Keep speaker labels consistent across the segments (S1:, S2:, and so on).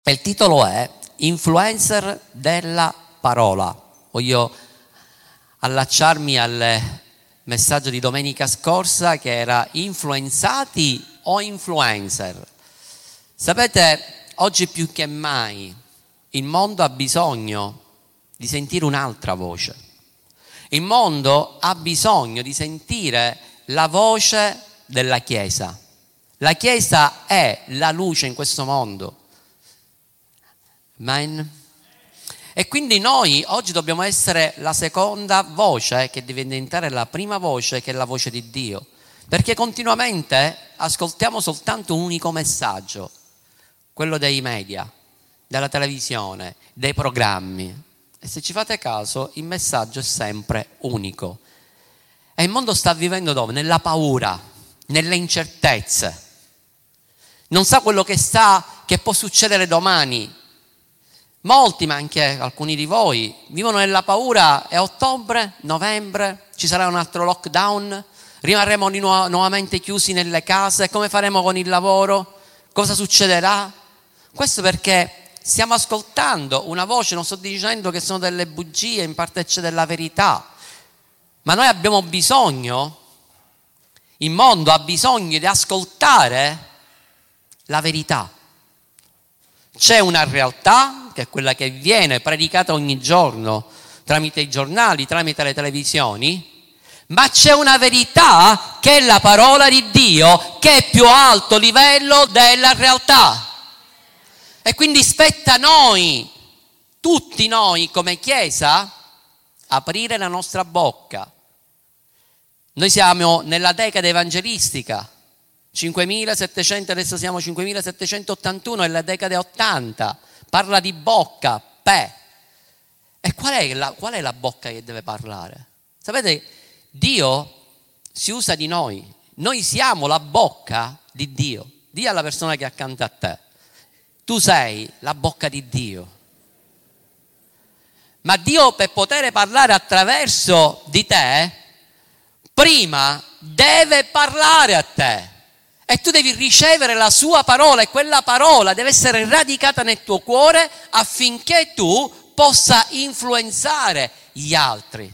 S1: E il titolo è Influencer della parola. Voglio allacciarmi al messaggio di domenica scorsa che era influenzati o influencer. Sapete, oggi più che mai il mondo ha bisogno di sentire un'altra voce. Il mondo ha bisogno di sentire la voce della Chiesa. La Chiesa è la luce in questo mondo. Amen. E quindi noi oggi dobbiamo essere la seconda voce che deve diventare la prima voce, che è la voce di Dio, perché continuamente ascoltiamo soltanto un unico messaggio, quello dei media, della televisione, dei programmi, e se ci fate caso il messaggio è sempre unico. E il mondo sta vivendo dove? Nella paura, nelle incertezze, non sa quello che può succedere domani. Molti, ma anche alcuni di voi, vivono nella paura. È ottobre, novembre, ci sarà un altro lockdown, rimarremo nuovamente chiusi nelle case, come faremo con il lavoro? Cosa succederà? Questo perché stiamo ascoltando una voce, non sto dicendo che sono delle bugie, in parte c'è della verità, ma noi abbiamo bisogno, il mondo ha bisogno di ascoltare la verità. C'è una realtà che è quella che viene predicata ogni giorno tramite i giornali, tramite le televisioni, ma c'è una verità che è la parola di Dio, che è più alto livello della realtà. E quindi spetta a noi, tutti noi come Chiesa, aprire la nostra bocca. Noi siamo nella decade evangelistica, 5.700, adesso siamo 5.781, è la decade 80, parla di bocca, E qual è la bocca che deve parlare? Sapete, Dio si usa di noi siamo la bocca di Dio. Dì alla persona che è accanto a te, tu sei la bocca di Dio. Ma Dio, per poter parlare attraverso di te, prima deve parlare a te. E tu devi ricevere la sua parola, e quella parola deve essere radicata nel tuo cuore affinché tu possa influenzare gli altri.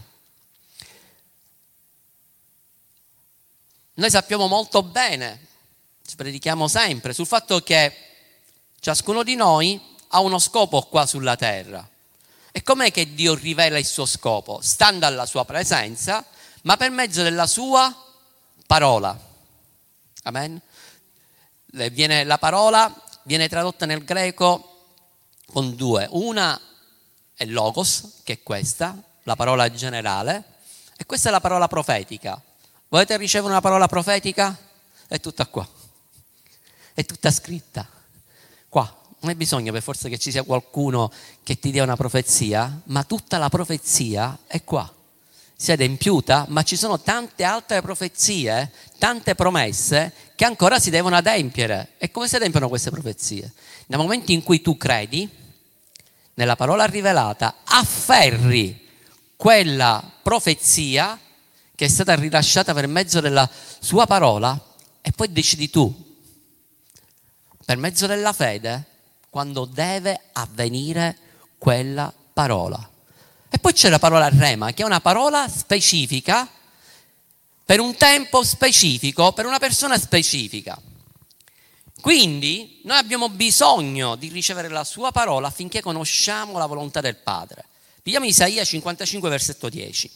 S1: Noi sappiamo molto bene, ci predichiamo sempre sul fatto che ciascuno di noi ha uno scopo qua sulla terra. E com'è che Dio rivela il suo scopo? Stando alla sua presenza, ma per mezzo della sua parola. Amen. La parola viene tradotta nel greco con due. Una è logos, che è questa, la parola generale, e questa è la parola profetica. Volete ricevere una parola profetica? È tutta qua. È tutta scritta. Qua. Non è bisogno per forza che ci sia qualcuno che ti dia una profezia, ma tutta la profezia è qua. Si è adempiuta, ma ci sono tante altre profezie, tante promesse che ancora si devono adempiere. E come si adempiono queste profezie? Nel momento in cui tu credi nella parola rivelata, afferri quella profezia che è stata rilasciata per mezzo della sua parola, e poi decidi tu, per mezzo della fede, quando deve avvenire quella parola. E poi c'è la parola rema, che è una parola specifica per un tempo specifico, per una persona specifica. Quindi noi abbiamo bisogno di ricevere la sua parola affinché conosciamo la volontà del Padre. Vediamo Isaia 55, versetto 10.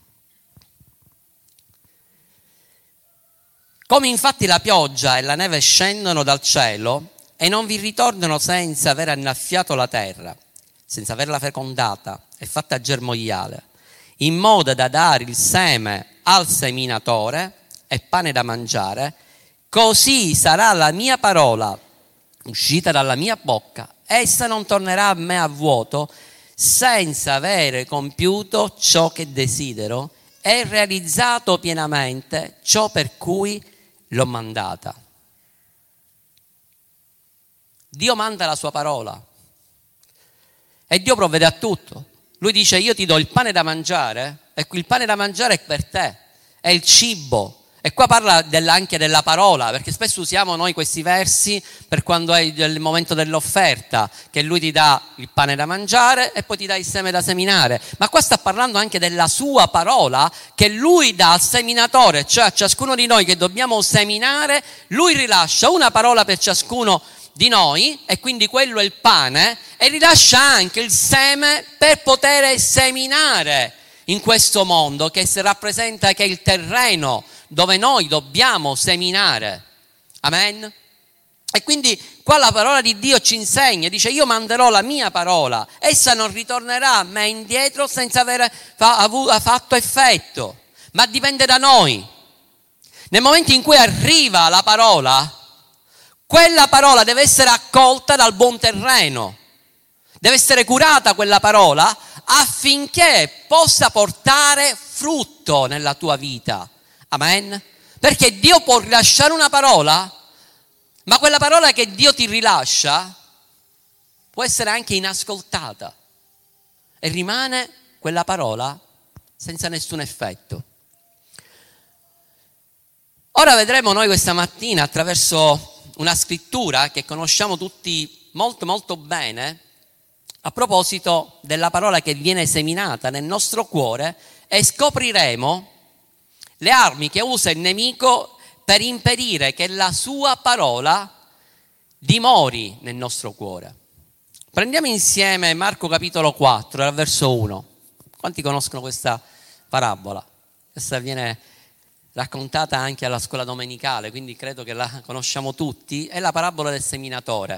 S1: Come infatti la pioggia e la neve scendono dal cielo e non vi ritornano senza aver annaffiato la terra, senza averla fecondata e fatta germogliare, in modo da dare il seme al seminatore e pane da mangiare, così sarà la mia parola uscita dalla mia bocca, essa non tornerà a me a vuoto, senza avere compiuto ciò che desidero e realizzato pienamente ciò per cui l'ho mandata. Dio manda la sua parola e Dio provvede a tutto. Lui dice: io ti do il pane da mangiare, e il pane da mangiare è per te, è il cibo, E qua parla anche della parola, perché spesso usiamo noi questi versi per quando è il momento dell'offerta, che lui ti dà il pane da mangiare e poi ti dà il seme da seminare. Ma qua sta parlando anche della sua parola che lui dà al seminatore, cioè a ciascuno di noi che dobbiamo seminare, lui rilascia una parola per ciascuno di noi, e quindi quello è il pane, e rilascia anche il seme per poter seminare in questo mondo che si rappresenta, che è il terreno dove noi dobbiamo seminare. Amen? E quindi qua la parola di Dio ci insegna, dice: io manderò la mia parola, essa non ritornerà a me indietro senza aver fatto effetto, ma dipende da noi. Nel momento in cui arriva la parola, quella parola deve essere accolta dal buon terreno, deve essere curata quella parola affinché possa portare frutto nella tua vita. Amen? Perché Dio può rilasciare una parola, ma quella parola che Dio ti rilascia può essere anche inascoltata e rimane quella parola senza nessun effetto. Ora vedremo noi questa mattina, attraverso una scrittura che conosciamo tutti molto molto bene, a proposito della parola che viene seminata nel nostro cuore, e scopriremo le armi che usa il nemico per impedire che la sua parola dimori nel nostro cuore. Prendiamo insieme Marco capitolo 4, dal verso 1. Quanti conoscono questa parabola? Questa viene raccontata anche alla scuola domenicale, quindi credo che la conosciamo tutti. È la parabola del seminatore.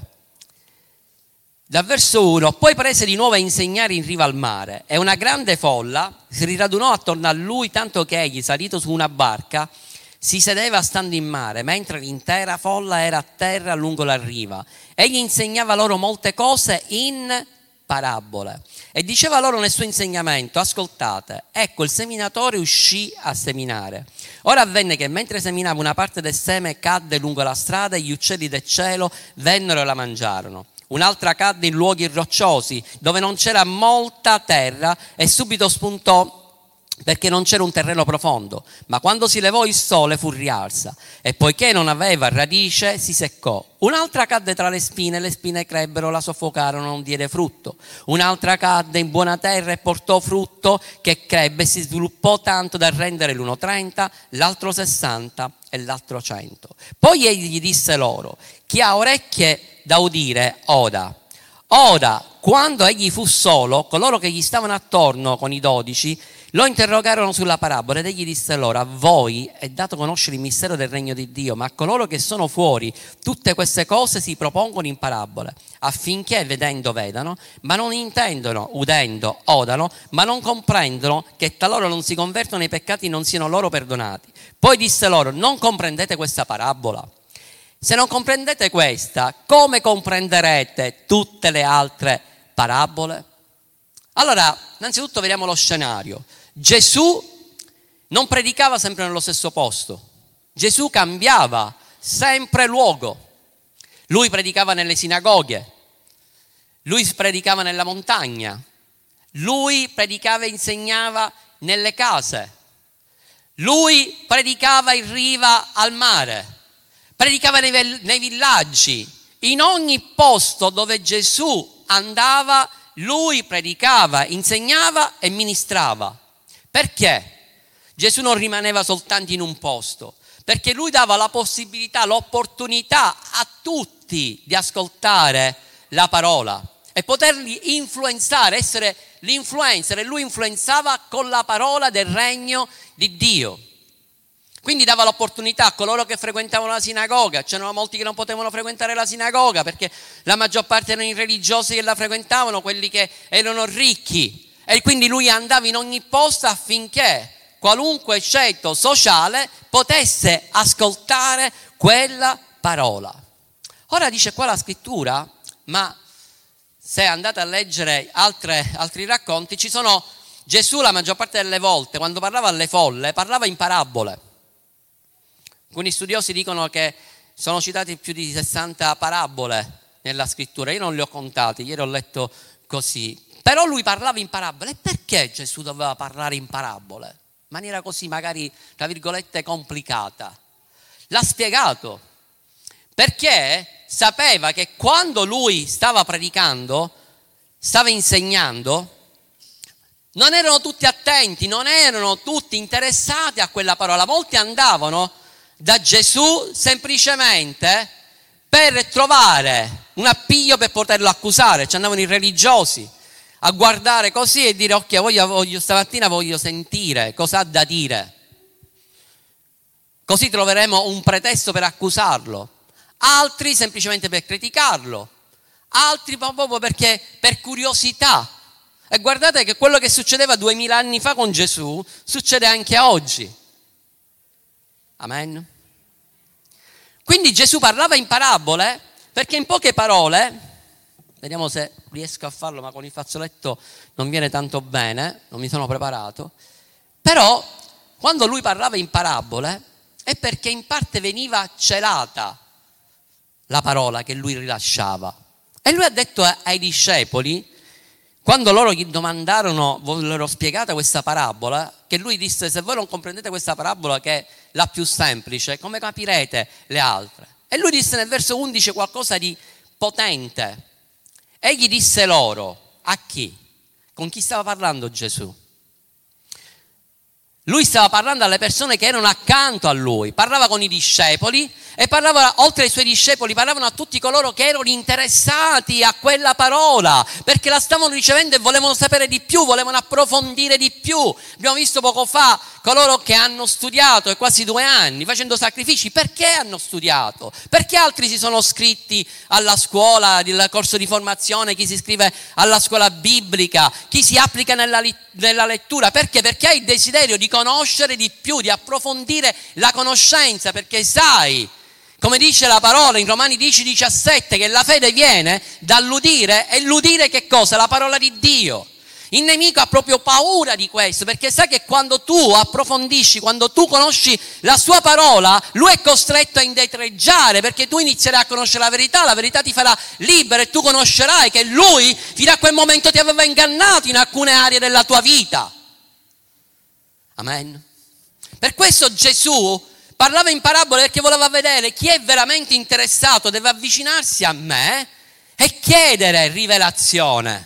S1: Dal verso 1: poi prese di nuovo a insegnare in riva al mare, e una grande folla si riradunò attorno a lui, tanto che egli, salito su una barca, si sedeva stando in mare, mentre l'intera folla era a terra lungo la riva. Egli insegnava loro molte cose in parabole e diceva loro nel suo insegnamento: ascoltate, ecco, il seminatore uscì a seminare. Ora avvenne che mentre seminava, una parte del seme cadde lungo la strada, e gli uccelli del cielo vennero e la mangiarono. Un'altra cadde in luoghi rocciosi, dove non c'era molta terra, e subito spuntò, perché non c'era un terreno profondo. Ma quando si levò il sole fu rialza, e poiché non aveva radice si seccò. Un'altra cadde tra le spine crebbero, la soffocarono, non diede frutto. Un'altra cadde in buona terra e portò frutto, che crebbe e si sviluppò tanto da rendere l'uno 30, l'altro 60 e l'altro 100. Poi egli gli disse loro: chi ha orecchie da udire oda. Ora, quando egli fu solo, coloro che gli stavano attorno con i 12 lo interrogarono sulla parabola, ed egli disse loro: a voi è dato conoscere il mistero del regno di Dio, ma a coloro che sono fuori tutte queste cose si propongono in parabole, affinché vedendo vedano, ma non intendono, udendo odano, ma non comprendono, che talora non si convertono e i peccati non siano loro perdonati. Poi disse loro: non comprendete questa parabola? Se non comprendete questa, come comprenderete tutte le altre parabole? Allora, innanzitutto vediamo lo scenario. Gesù non predicava sempre nello stesso posto. Gesù cambiava sempre luogo. Lui predicava nelle sinagoghe, lui predicava nella montagna, lui predicava e insegnava nelle case, lui predicava in riva al mare, predicava nei villaggi. In ogni posto dove Gesù andava, lui predicava, insegnava e ministrava. Perché? Gesù non rimaneva soltanto in un posto, perché lui dava la possibilità, l'opportunità a tutti di ascoltare la parola e poterli influenzare, essere l'influencer, e lui influenzava con la parola del regno di Dio. Quindi dava l'opportunità a coloro che frequentavano la sinagoga. C'erano molti che non potevano frequentare la sinagoga perché la maggior parte erano i religiosi che la frequentavano, quelli che erano ricchi, e quindi lui andava in ogni posto affinché qualunque ceto sociale potesse ascoltare quella parola. Ora dice qua la scrittura, ma se andate a leggere altri racconti, Gesù la maggior parte delle volte quando parlava alle folle parlava in parabole. Alcuni studiosi dicono che sono citate più di 60 parabole nella scrittura. Io non le ho contate, ieri ho letto così. Però lui parlava in parabole. E perché Gesù doveva parlare in parabole? maniera così magari, tra virgolette, complicata. L'ha spiegato, perché sapeva che quando lui stava predicando, stava insegnando, non erano tutti attenti, non erano tutti interessati a quella parola. Molti andavano da Gesù semplicemente per trovare un appiglio per poterlo accusare. Ci andavano i religiosi a guardare così e dire: ok, stamattina voglio sentire cosa ha da dire, così troveremo un pretesto per accusarlo. Altri semplicemente per criticarlo, altri proprio perché per curiosità. E guardate che quello che succedeva 2000 anni fa con Gesù succede anche oggi. Amen. Quindi Gesù parlava in parabole perché in poche parole, vediamo se riesco a farlo, ma con il fazzoletto non viene tanto bene, non mi sono preparato, però quando lui parlava in parabole è perché in parte veniva celata la parola che lui rilasciava. E lui ha detto ai discepoli, quando loro gli domandarono, vollero spiegata questa parabola, che lui disse: se voi non comprendete questa parabola, che è la più semplice, come capirete le altre? E lui disse nel verso 11 qualcosa di potente. Egli disse loro: a chi? Con chi stava parlando Gesù? Lui stava parlando alle persone che erano accanto a lui, parlava con i discepoli e parlava, oltre ai suoi discepoli, parlavano a tutti coloro che erano interessati a quella parola, perché la stavano ricevendo e volevano sapere di più, volevano approfondire di più. Abbiamo visto poco fa coloro che hanno studiato e quasi 2 anni facendo sacrifici. Perché hanno studiato? Perché altri si sono iscritti alla scuola, del corso di formazione, chi si iscrive alla scuola biblica, chi si applica nella lettura? Perché? Perché hai il desiderio di conoscere di più, di approfondire la conoscenza, perché sai, come dice la parola in Romani 10:17, che la fede viene dall'udire, e l'udire che cosa? La parola di Dio. Il nemico ha proprio paura di questo, perché sa che quando tu approfondisci, quando tu conosci la sua parola, lui è costretto a indietreggiare, perché tu inizierai a conoscere la verità ti farà libero e tu conoscerai che lui fino a quel momento ti aveva ingannato in alcune aree della tua vita. Amen. Per questo Gesù parlava in parabole, perché voleva vedere chi è veramente interessato, deve avvicinarsi a me e chiedere rivelazione.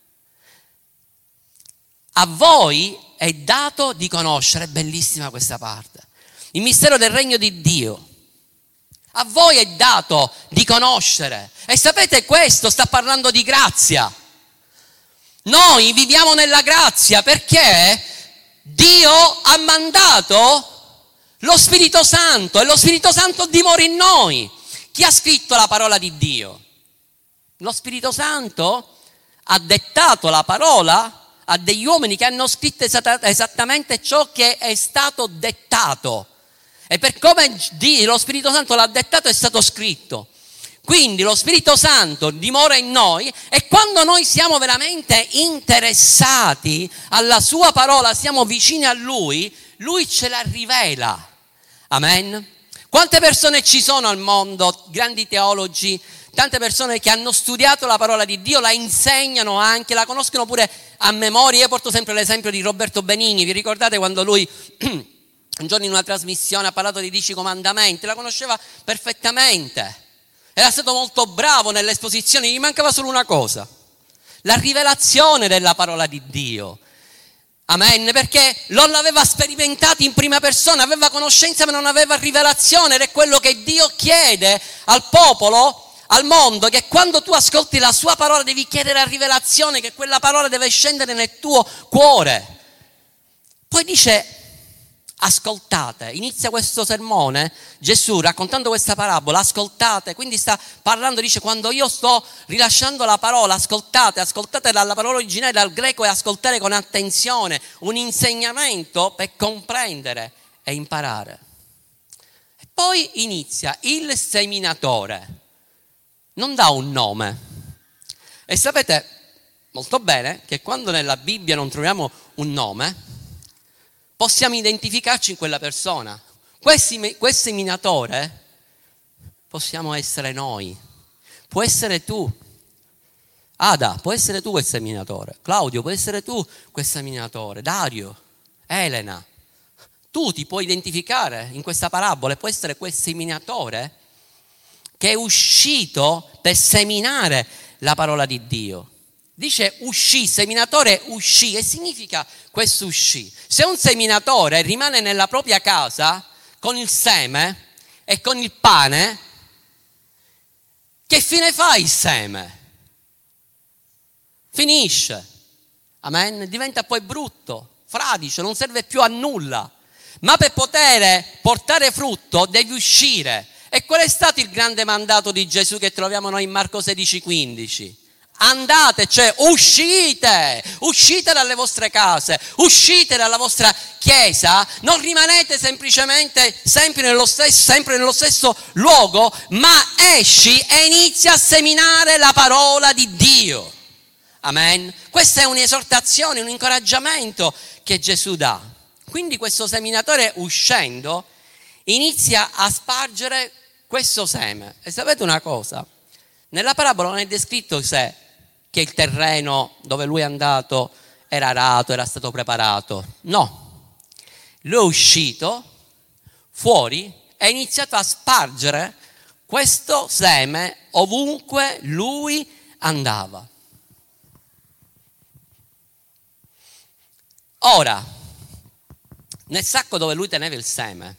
S1: A voi è dato di conoscere, è bellissima questa parte, il mistero del regno di Dio. A voi è dato di conoscere. E sapete, questo sta parlando di grazia. Noi viviamo nella grazia perché Dio ha mandato lo Spirito Santo e lo Spirito Santo dimora in noi. Chi ha scritto la parola di Dio? Lo Spirito Santo ha dettato la parola a degli uomini che hanno scritto esattamente ciò che è stato dettato. E per come lo Spirito Santo l'ha dettato è stato scritto. Quindi lo Spirito Santo dimora in noi e quando noi siamo veramente interessati alla sua parola, siamo vicini a Lui, Lui ce la rivela. Amen. Quante persone ci sono al mondo, grandi teologi, tante persone che hanno studiato la parola di Dio, la insegnano anche, la conoscono pure a memoria. Io porto sempre l'esempio di Roberto Benigni. Vi ricordate quando lui un giorno in una trasmissione ha parlato dei 10 comandamenti? La conosceva perfettamente. Era stato molto bravo nell'esposizione, gli mancava solo una cosa: la rivelazione della parola di Dio. Amen, perché non l'aveva sperimentato in prima persona, aveva conoscenza ma non aveva rivelazione, ed è quello che Dio chiede al popolo, al mondo, che quando tu ascolti la sua parola devi chiedere la rivelazione, che quella parola deve scendere nel tuo cuore. Poi dice: ascoltate, inizia questo sermone Gesù raccontando questa parabola, ascoltate, quindi sta parlando, dice: quando io sto rilasciando la parola, ascoltate dalla parola originale, dal greco, e ascoltare con attenzione, un insegnamento per comprendere e imparare. E poi inizia il seminatore, non dà un nome. E sapete molto bene che quando nella Bibbia non troviamo un nome, possiamo identificarci in quella persona. Quel seminatore possiamo essere noi, può essere tu. Ada, può essere tu quel seminatore. Claudio, può essere tu quel seminatore. Dario, Elena, tu ti puoi identificare in questa parabola e può essere quel seminatore che è uscito per seminare la parola di Dio. Dice uscì, seminatore uscì, e significa questo uscì. Se un seminatore rimane nella propria casa con il seme e con il pane, che fine fa il seme? Finisce, amen? Diventa poi brutto, fradicio, non serve più a nulla. Ma per poter portare frutto devi uscire. E qual è stato il grande mandato di Gesù che troviamo noi in Marco 16,15? Andate, cioè uscite dalle vostre case, uscite dalla vostra chiesa, non rimanete semplicemente sempre nello stesso luogo, ma esci e inizia a seminare la parola di Dio. Amen. Questa è un'esortazione, un incoraggiamento che Gesù dà. Quindi questo seminatore uscendo inizia a spargere questo seme. E sapete una cosa? Nella parabola non è descritto che il terreno dove lui è andato era arato, era stato preparato. No, lui è uscito fuori e ha iniziato a spargere questo seme ovunque lui andava. Ora, nel sacco dove lui teneva il seme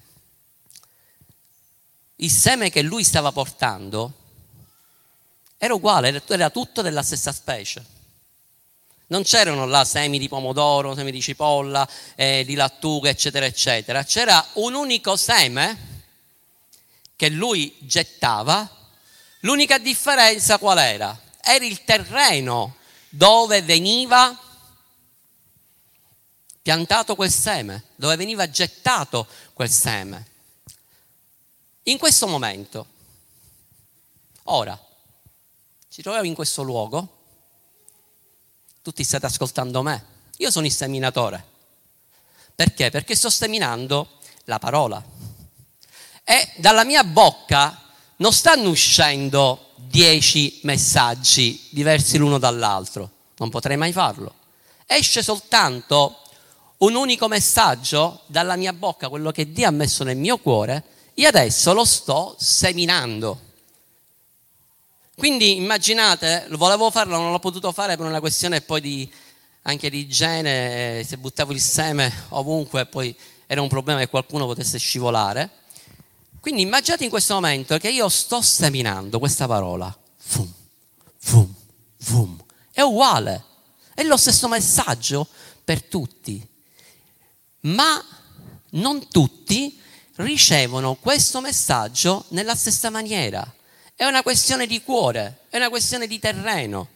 S1: che lui stava portando era uguale, era tutto della stessa specie. Non c'erano là semi di pomodoro, semi di cipolla, di lattuga, eccetera, eccetera. C'era un unico seme che lui gettava. L'unica differenza qual era? Era il terreno dove veniva piantato quel seme, dove veniva gettato quel seme. In questo momento, ora, ci troviamo in questo luogo, tutti state ascoltando me, io sono il seminatore. Perché? Perché sto seminando la parola. E dalla mia bocca non stanno uscendo 10 messaggi diversi l'uno dall'altro, non potrei mai farlo. Esce soltanto un unico messaggio dalla mia bocca, quello che Dio ha messo nel mio cuore, io adesso lo sto seminando. Quindi immaginate, volevo farlo, non l'ho potuto fare per una questione poi anche di igiene, se buttavo il seme ovunque poi era un problema che qualcuno potesse scivolare. Quindi immaginate in questo momento che io sto seminando questa parola, fum, fum, fum, è uguale, è lo stesso messaggio per tutti, ma non tutti ricevono questo messaggio nella stessa maniera. È una questione di cuore, è una questione di terreno.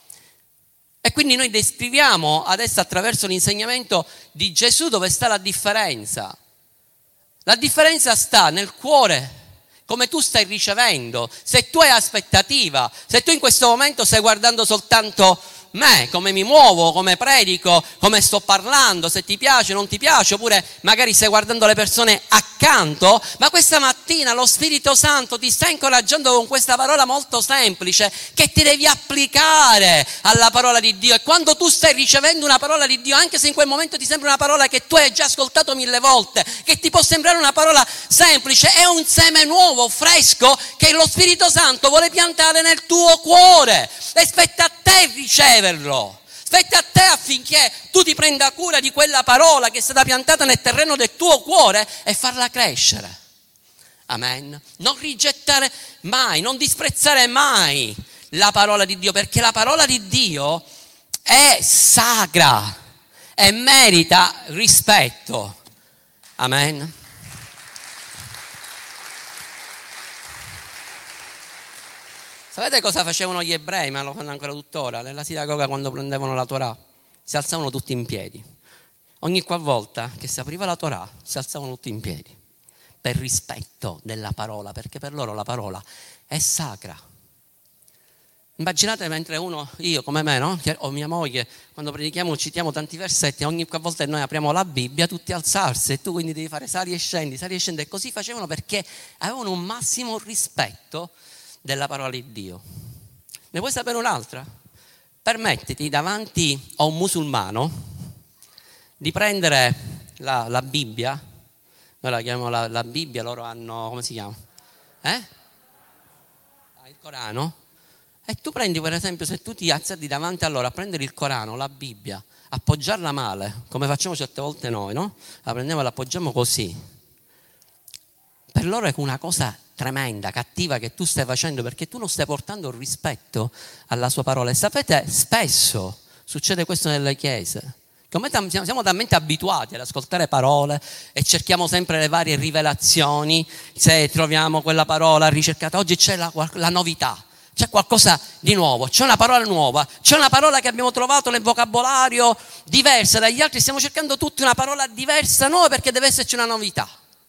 S1: E quindi noi descriviamo adesso attraverso l'insegnamento di Gesù dove sta la differenza. La differenza sta nel cuore, come tu stai ricevendo. Se tu hai aspettativa, se tu in questo momento stai guardando soltanto me, come mi muovo, come predico, come sto parlando, se ti piace, non ti piace, oppure magari stai guardando le persone accanto, ma questa mattina lo Spirito Santo ti sta incoraggiando con questa parola molto semplice che ti devi applicare alla parola di Dio. E quando tu stai ricevendo una parola di Dio, anche se in quel momento ti sembra una parola che tu hai già ascoltato 1000 volte, che ti può sembrare una parola semplice, è un seme nuovo, fresco, che lo Spirito Santo vuole piantare nel tuo cuore. E spetta a te riceverlo, spetta a te affinché tu ti prenda cura di quella parola che è stata piantata nel terreno del tuo cuore e farla crescere. Amen. Non rigettare mai, non disprezzare mai la parola di Dio, perché la parola di Dio è sacra e merita rispetto. Amen. Sapete cosa facevano gli ebrei, ma lo fanno ancora tuttora? Nella sinagoga quando prendevano la Torah si alzavano tutti in piedi. Ogni qualvolta che si apriva la Torah si alzavano tutti in piedi per rispetto della parola, perché per loro la parola è sacra. Immaginate mentre io come me, no? O mia moglie, quando predichiamo citiamo tanti versetti, ogni volta che noi apriamo la Bibbia tutti alzarsi e tu quindi devi fare sali e scendi, e così facevano perché avevano un massimo rispetto della parola di Dio. Ne vuoi sapere un'altra? Permettiti davanti a un musulmano di prendere la Bibbia Noi la chiamiamo la Bibbia, loro hanno, come si chiama? Il Corano. E tu prendi, per esempio, se tu ti alzi davanti a loro a prendere il Corano, la Bibbia, appoggiarla male, come facciamo certe volte noi, no? La prendiamo e la appoggiamo così. Per loro è una cosa tremenda, cattiva che tu stai facendo, perché tu non stai portando rispetto alla sua parola. E sapete, spesso succede questo nelle chiese. Siamo talmente abituati ad ascoltare parole e cerchiamo sempre le varie rivelazioni. Se troviamo quella parola ricercata, oggi c'è la novità, c'è qualcosa di nuovo, c'è una parola nuova, c'è una parola che abbiamo trovato nel vocabolario diversa dagli altri. Stiamo cercando tutti una parola diversa, nuova, perché deve esserci una novità.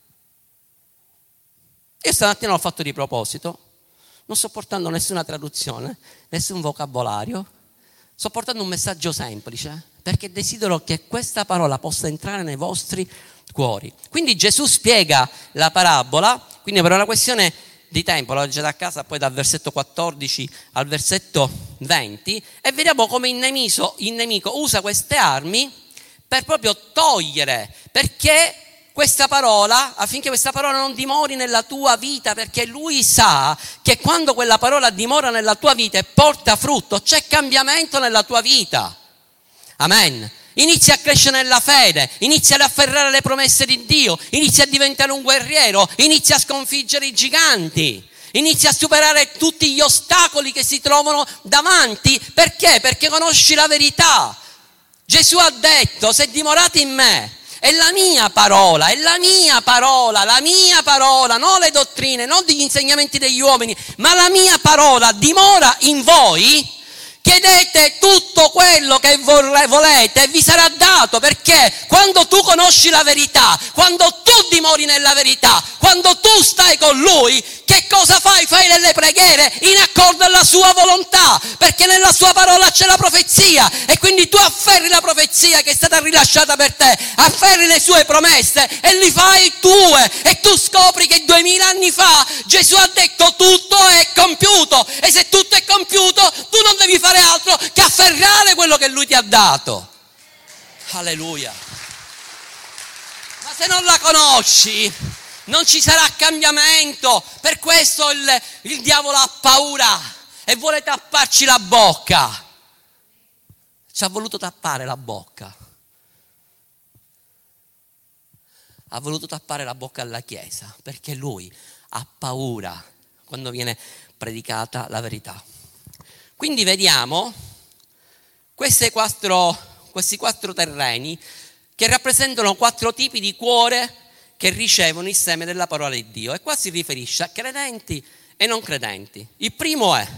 S1: Io stamattina l'ho fatto di proposito, non sto portando nessuna traduzione, nessun vocabolario, sto portando un messaggio semplice, perché desidero che questa parola possa entrare nei vostri cuori. Quindi Gesù spiega la parabola, quindi per una questione di tempo, la leggete a casa poi dal versetto 14 al versetto 20, e vediamo come il nemico usa queste armi per proprio togliere, perché questa parola, affinché questa parola non dimori nella tua vita, perché lui sa che quando quella parola dimora nella tua vita e porta frutto, c'è cambiamento nella tua vita. Amen. Inizi a crescere nella fede, inizi ad afferrare le promesse di Dio, inizi a diventare un guerriero, inizi a sconfiggere i giganti, inizi a superare tutti gli ostacoli che si trovano davanti. Perché? Perché conosci la verità. Gesù ha detto: se dimorate in me, è la mia parola, non le dottrine, non gli insegnamenti degli uomini, ma la mia parola dimora in voi. Chiedete tutto quello che volete e vi sarà dato, perché quando tu conosci la verità, quando tu dimori nella verità, quando tu stai con Lui, che cosa fai? Fai delle preghiere in accordo alla sua volontà, perché nella sua parola c'è la profezia, e quindi tu afferri la profezia che è stata rilasciata per te, afferri le sue promesse e li fai tue, e tu scopri che 2000 anni fa Gesù ha detto: tutto è compiuto, e se tutto è compiuto tu non devi fare altro che afferrare quello che Lui ti ha dato. Alleluia. Ma se non la conosci non ci sarà cambiamento. Per questo il diavolo ha paura e vuole tapparci la bocca. Ci ha voluto tappare la bocca. Ha voluto tappare la bocca alla Chiesa, perché lui ha paura quando viene predicata la verità. Quindi vediamo questi quattro terreni che rappresentano 4 tipi di cuore che ricevono il seme della parola di Dio. E qua si riferisce a credenti e non credenti. Il primo è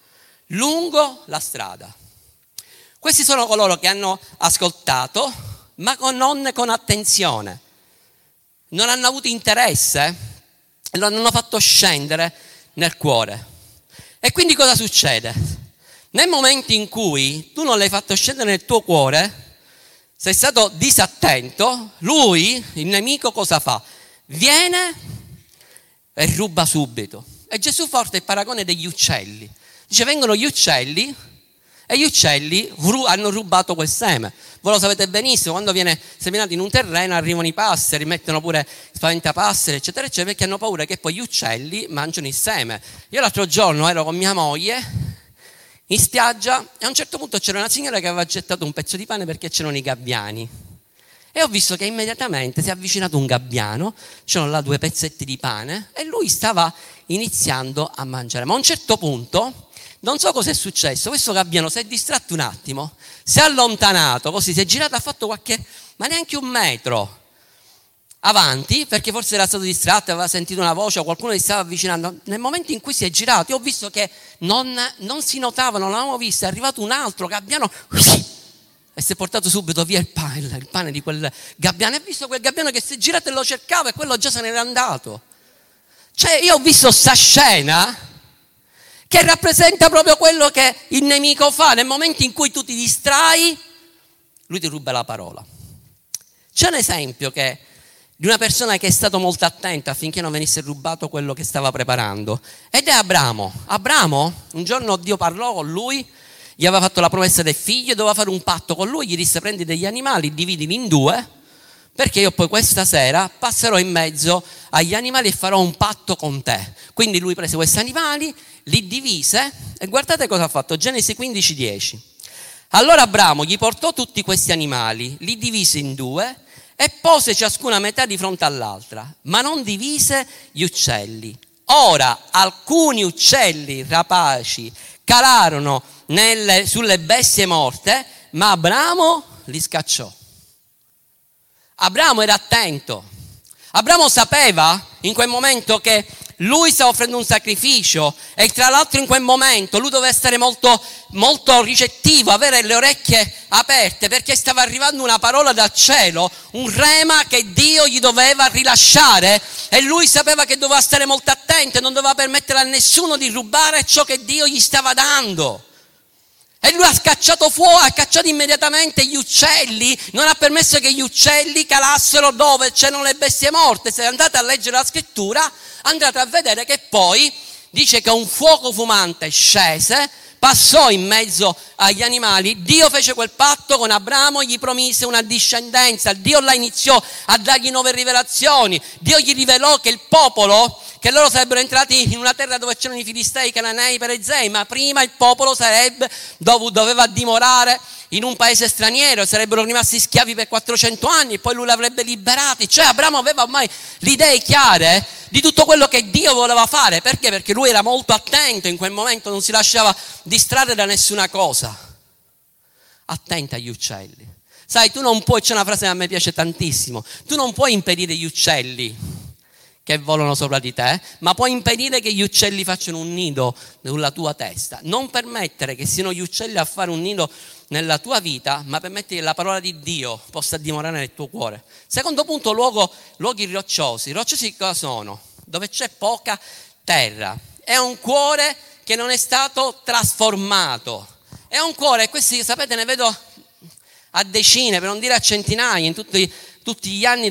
S1: lungo la strada. Questi sono coloro che hanno ascoltato, ma non con attenzione. Non hanno avuto interesse e lo hanno fatto scendere nel cuore. E quindi cosa succede? Nel momento in cui tu non l'hai fatto scendere nel tuo cuore, sei stato disattento, lui, il nemico, cosa fa? Viene e ruba subito. E Gesù porta il paragone degli uccelli. Dice: vengono gli uccelli e gli uccelli hanno rubato quel seme. Voi lo sapete benissimo, quando viene seminato in un terreno arrivano i passeri, mettono pure spaventapasseri, eccetera, eccetera, perché hanno paura che poi gli uccelli mangiano il seme. Io l'altro giorno ero con mia moglie in spiaggia e a un certo punto c'era una signora che aveva gettato un pezzo di pane perché c'erano i gabbiani. E ho visto che immediatamente si è avvicinato un gabbiano, c'erano là 2 pezzetti di pane e lui stava iniziando a mangiare. Ma a un certo punto, non so cosa è successo, questo gabbiano si è distratto un attimo, si è allontanato, così si è girato, ha fatto ma neanche 1 metro avanti, perché forse era stato distratto, aveva sentito una voce o qualcuno gli stava avvicinando. Nel momento in cui si è girato, io ho visto che non si notava, non l'avevamo visto, è arrivato un altro gabbiano e si è portato subito via il pane di quel gabbiano. E ho visto quel gabbiano che si è girato e lo cercava e quello già se n'era andato. Cioè io ho visto sta scena che rappresenta proprio quello che il nemico fa. Nel momento in cui tu ti distrai, lui ti ruba la parola. C'è un esempio di una persona che è stato molto attenta affinché non venisse rubato quello che stava preparando, ed è Abramo. Abramo, un giorno Dio parlò con lui, gli aveva fatto la promessa del figlio e doveva fare un patto con lui. Gli disse: prendi degli animali, dividili in 2, perché io poi questa sera passerò in mezzo agli animali e farò un patto con te. Quindi lui prese questi animali, li divise e guardate cosa ha fatto, Genesi 15:10. Allora Abramo gli portò tutti questi animali, li divise in due e pose ciascuna metà di fronte all'altra, ma non divise gli uccelli. Ora alcuni uccelli rapaci calarono sulle bestie morte, ma Abramo li scacciò. Abramo era attento. Abramo sapeva in quel momento che lui stava offrendo un sacrificio e tra l'altro in quel momento lui doveva essere molto, molto ricettivo, avere le orecchie aperte, perché stava arrivando una parola dal cielo, un rema che Dio gli doveva rilasciare e lui sapeva che doveva stare molto attento e non doveva permettere a nessuno di rubare ciò che Dio gli stava dando. E lui ha scacciato fuori, ha cacciato immediatamente gli uccelli, non ha permesso che gli uccelli calassero dove c'erano le bestie morte. Se andate a leggere la scrittura, andate a vedere che poi dice che un fuoco fumante scese, passò in mezzo agli animali, Dio fece quel patto con Abramo, gli promise una discendenza, Dio la iniziò a dargli nuove rivelazioni, Dio gli rivelò che il popolo, che loro sarebbero entrati in una terra dove c'erano i Filistei, i Cananei, i Perezei, ma prima il popolo doveva dimorare in un paese straniero, sarebbero rimasti schiavi per 400 anni e poi lui li avrebbe liberati. Cioè Abramo aveva ormai le idee chiare di tutto quello che Dio voleva fare. Perché? Perché lui era molto attento in quel momento, non si lasciava distrarre da nessuna cosa. Attento agli uccelli. Sai, tu non puoi, c'è una frase che a me piace tantissimo, tu non puoi impedire gli uccelli che volano sopra di te, ma puoi impedire che gli uccelli facciano un nido sulla tua testa. Non permettere che siano gli uccelli a fare un nido nella tua vita, ma permetti che la parola di Dio possa dimorare nel tuo cuore. Secondo punto, luoghi rocciosi. Rocciosi cosa sono? Dove c'è poca terra. È un cuore che non è stato trasformato. È un cuore, questi sapete ne vedo a decine, per non dire a centinaia, in tutti gli anni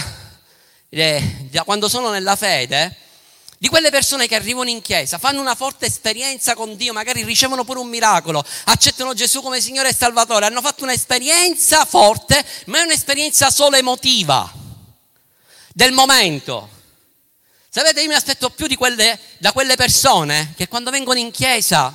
S1: da quando sono nella fede, di quelle persone che arrivano in chiesa, fanno una forte esperienza con Dio, magari ricevono pure un miracolo, accettano Gesù come Signore e Salvatore, hanno fatto un'esperienza forte, ma è un'esperienza solo emotiva, del momento. Sapete, io mi aspetto più da quelle persone che quando vengono in chiesa,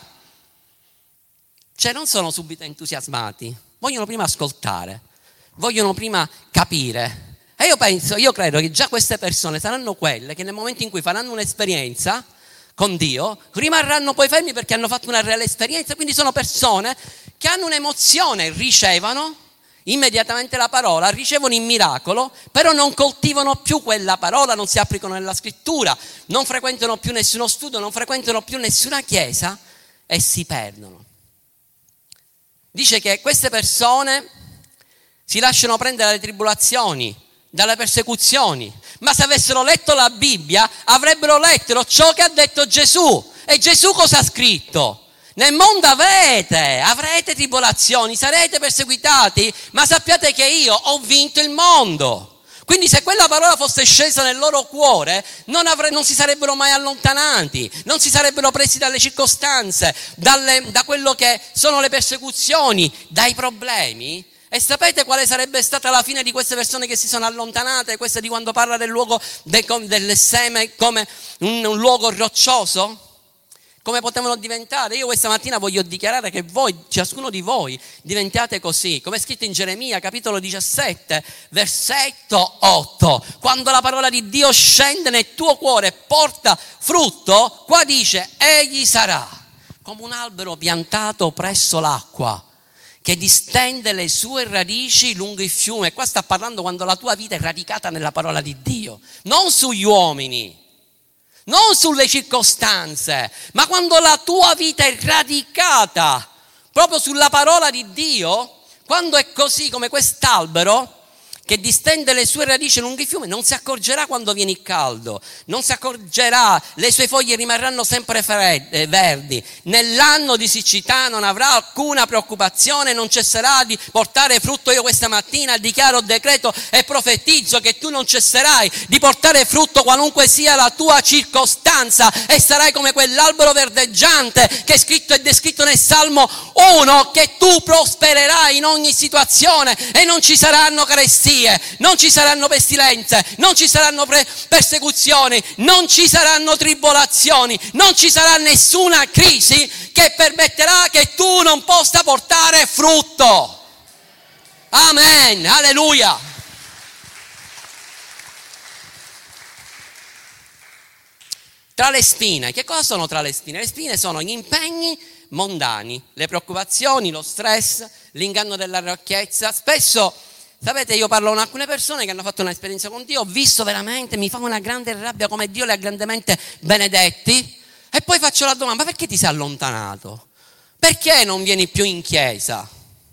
S1: cioè non sono subito entusiasmati, vogliono prima ascoltare, vogliono prima capire. E io credo che già queste persone saranno quelle che nel momento in cui faranno un'esperienza con Dio, rimarranno poi fermi perché hanno fatto una reale esperienza. Quindi sono persone che hanno un'emozione, ricevono immediatamente la parola, ricevono il miracolo, però non coltivano più quella parola, non si applicano nella scrittura, non frequentano più nessuno studio, non frequentano più nessuna chiesa e si perdono. Dice che queste persone si lasciano prendere dalle tribolazioni, dalle persecuzioni, ma se avessero letto la Bibbia avrebbero letto ciò che ha detto Gesù. E Gesù cosa ha scritto? Nel mondo avrete tribolazioni, sarete perseguitati, ma sappiate che io ho vinto il mondo. Quindi se quella parola fosse scesa nel loro cuore, non si sarebbero mai allontanati, non si sarebbero presi dalle circostanze, da quello che sono le persecuzioni, dai problemi. E sapete quale sarebbe stata la fine di queste persone che si sono allontanate? Questa di quando parla del luogo del seme come un luogo roccioso? Come potevano diventare? Io questa mattina voglio dichiarare che voi, ciascuno di voi, diventate così, come è scritto in Geremia, capitolo 17, versetto 8. Quando la parola di Dio scende nel tuo cuore e porta frutto, qua dice, egli sarà come un albero piantato presso l'acqua, che distende le sue radici lungo il fiume. E qua sta parlando quando la tua vita è radicata nella parola di Dio, non sugli uomini, non sulle circostanze, ma quando la tua vita è radicata proprio sulla parola di Dio, quando è così come quest'albero che distende le sue radici lungo il fiume, non si accorgerà quando viene il caldo, non si accorgerà, le sue foglie rimarranno sempre verdi, nell'anno di siccità non avrà alcuna preoccupazione, non cesserà di portare frutto. Io questa mattina dichiaro, decreto e profetizzo che tu non cesserai di portare frutto qualunque sia la tua circostanza e sarai come quell'albero verdeggiante che è descritto nel Salmo 1, che tu prospererai in ogni situazione e non ci saranno carestie. malattie, non ci saranno pestilenze, non ci saranno persecuzioni, non ci saranno tribolazioni, non ci sarà nessuna crisi che permetterà che tu non possa portare frutto. Amen, alleluia. Tra le spine, che cosa sono tra le spine? Le spine sono gli impegni mondani, le preoccupazioni, lo stress, l'inganno della rocchezza. Spesso, sapete, io parlo con alcune persone che hanno fatto un'esperienza con Dio, ho visto veramente, mi fa una grande rabbia come Dio li ha grandemente benedetti, e poi faccio la domanda: ma perché ti sei allontanato? Perché non vieni più in chiesa?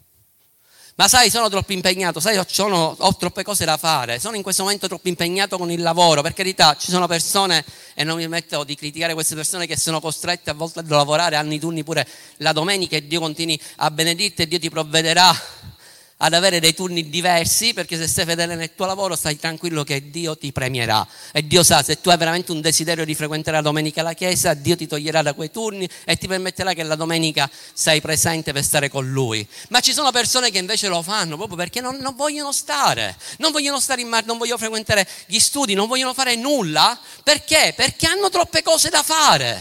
S1: Ma sai, sono troppo impegnato, sai, ho troppe cose da fare, sono in questo momento troppo impegnato con il lavoro. Per carità, ci sono persone, e non mi metto di criticare queste persone, che sono costrette a volte a lavorare, hanno i turni pure la domenica, e Dio continui a benedirti e Dio ti provvederà ad avere dei turni diversi, perché se sei fedele nel tuo lavoro stai tranquillo che Dio ti premierà. E Dio sa, se tu hai veramente un desiderio di frequentare la domenica la chiesa, Dio ti toglierà da quei turni e ti permetterà che la domenica sei presente per stare con Lui. Ma ci sono persone che invece lo fanno proprio perché non vogliono stare, non vogliono stare in mare, non vogliono frequentare gli studi, non vogliono fare nulla. Perché? Perché hanno troppe cose da fare.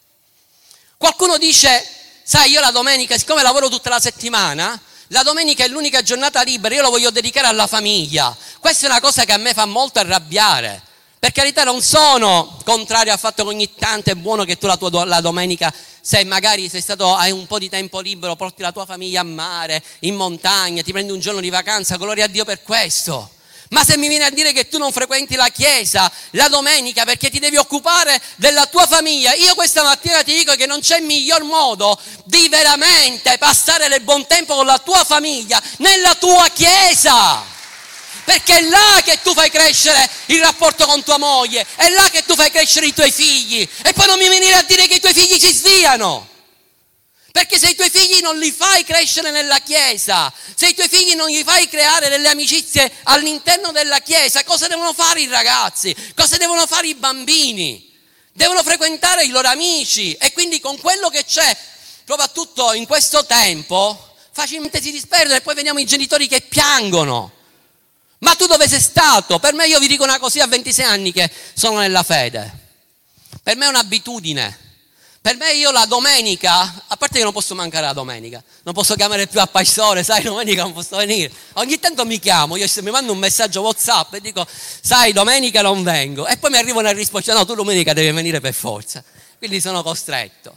S1: Qualcuno dice: sai, io la domenica, siccome lavoro tutta la settimana, la domenica è l'unica giornata libera, io la voglio dedicare alla famiglia. Questa è una cosa che a me fa molto arrabbiare. Per carità, non sono contrario al fatto che ogni tanto è buono che tu la domenica, se magari hai un po' di tempo libero, porti la tua famiglia a mare, in montagna, ti prendi un giorno di vacanza, gloria a Dio per questo. Ma se mi vieni a dire che tu non frequenti la chiesa la domenica perché ti devi occupare della tua famiglia, io questa mattina ti dico che non c'è miglior modo di veramente passare del buon tempo con la tua famiglia nella tua chiesa. Perché è là che tu fai crescere il rapporto con tua moglie, è là che tu fai crescere i tuoi figli. E poi non mi venire a dire che i tuoi figli si sviano. Perché se i tuoi figli non li fai crescere nella chiesa, se i tuoi figli non gli fai creare delle amicizie all'interno della chiesa, cosa devono fare i ragazzi? Cosa devono fare i bambini? Devono frequentare i loro amici, e quindi con quello che c'è, soprattutto in questo tempo, facilmente si disperdono, e poi vediamo i genitori che piangono. Ma tu dove sei stato? Per me, io vi dico una cosa, a 26 anni che sono nella fede. Per me è un'abitudine. Per me, io la domenica, a parte che non posso mancare la domenica, non posso chiamare più a pastore, sai, domenica non posso venire. Ogni tanto mi chiamo, mi mando un messaggio WhatsApp e dico: sai, domenica non vengo. E poi mi arrivano a rispondere: no, tu domenica devi venire per forza. Quindi sono costretto.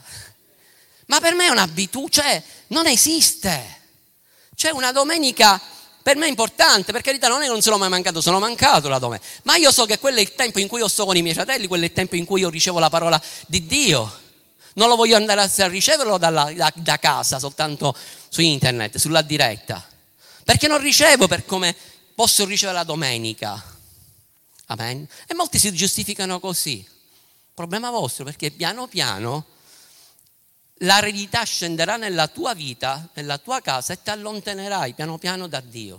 S1: Ma per me è un'abitudine, cioè non esiste. C'è una domenica, per me è importante, per carità, non è che non sono mai mancato, sono mancato la domenica. Ma io so che quello è il tempo in cui io sto con i miei fratelli, quello è il tempo in cui io ricevo la parola di Dio. Non lo voglio andare a riceverlo da casa, soltanto su internet, sulla diretta. Perché non ricevo per come posso ricevere la domenica. Amen. E molti si giustificano così. Problema vostro, perché piano piano l'aridità scenderà nella tua vita, nella tua casa, e ti allontanerai piano piano da Dio.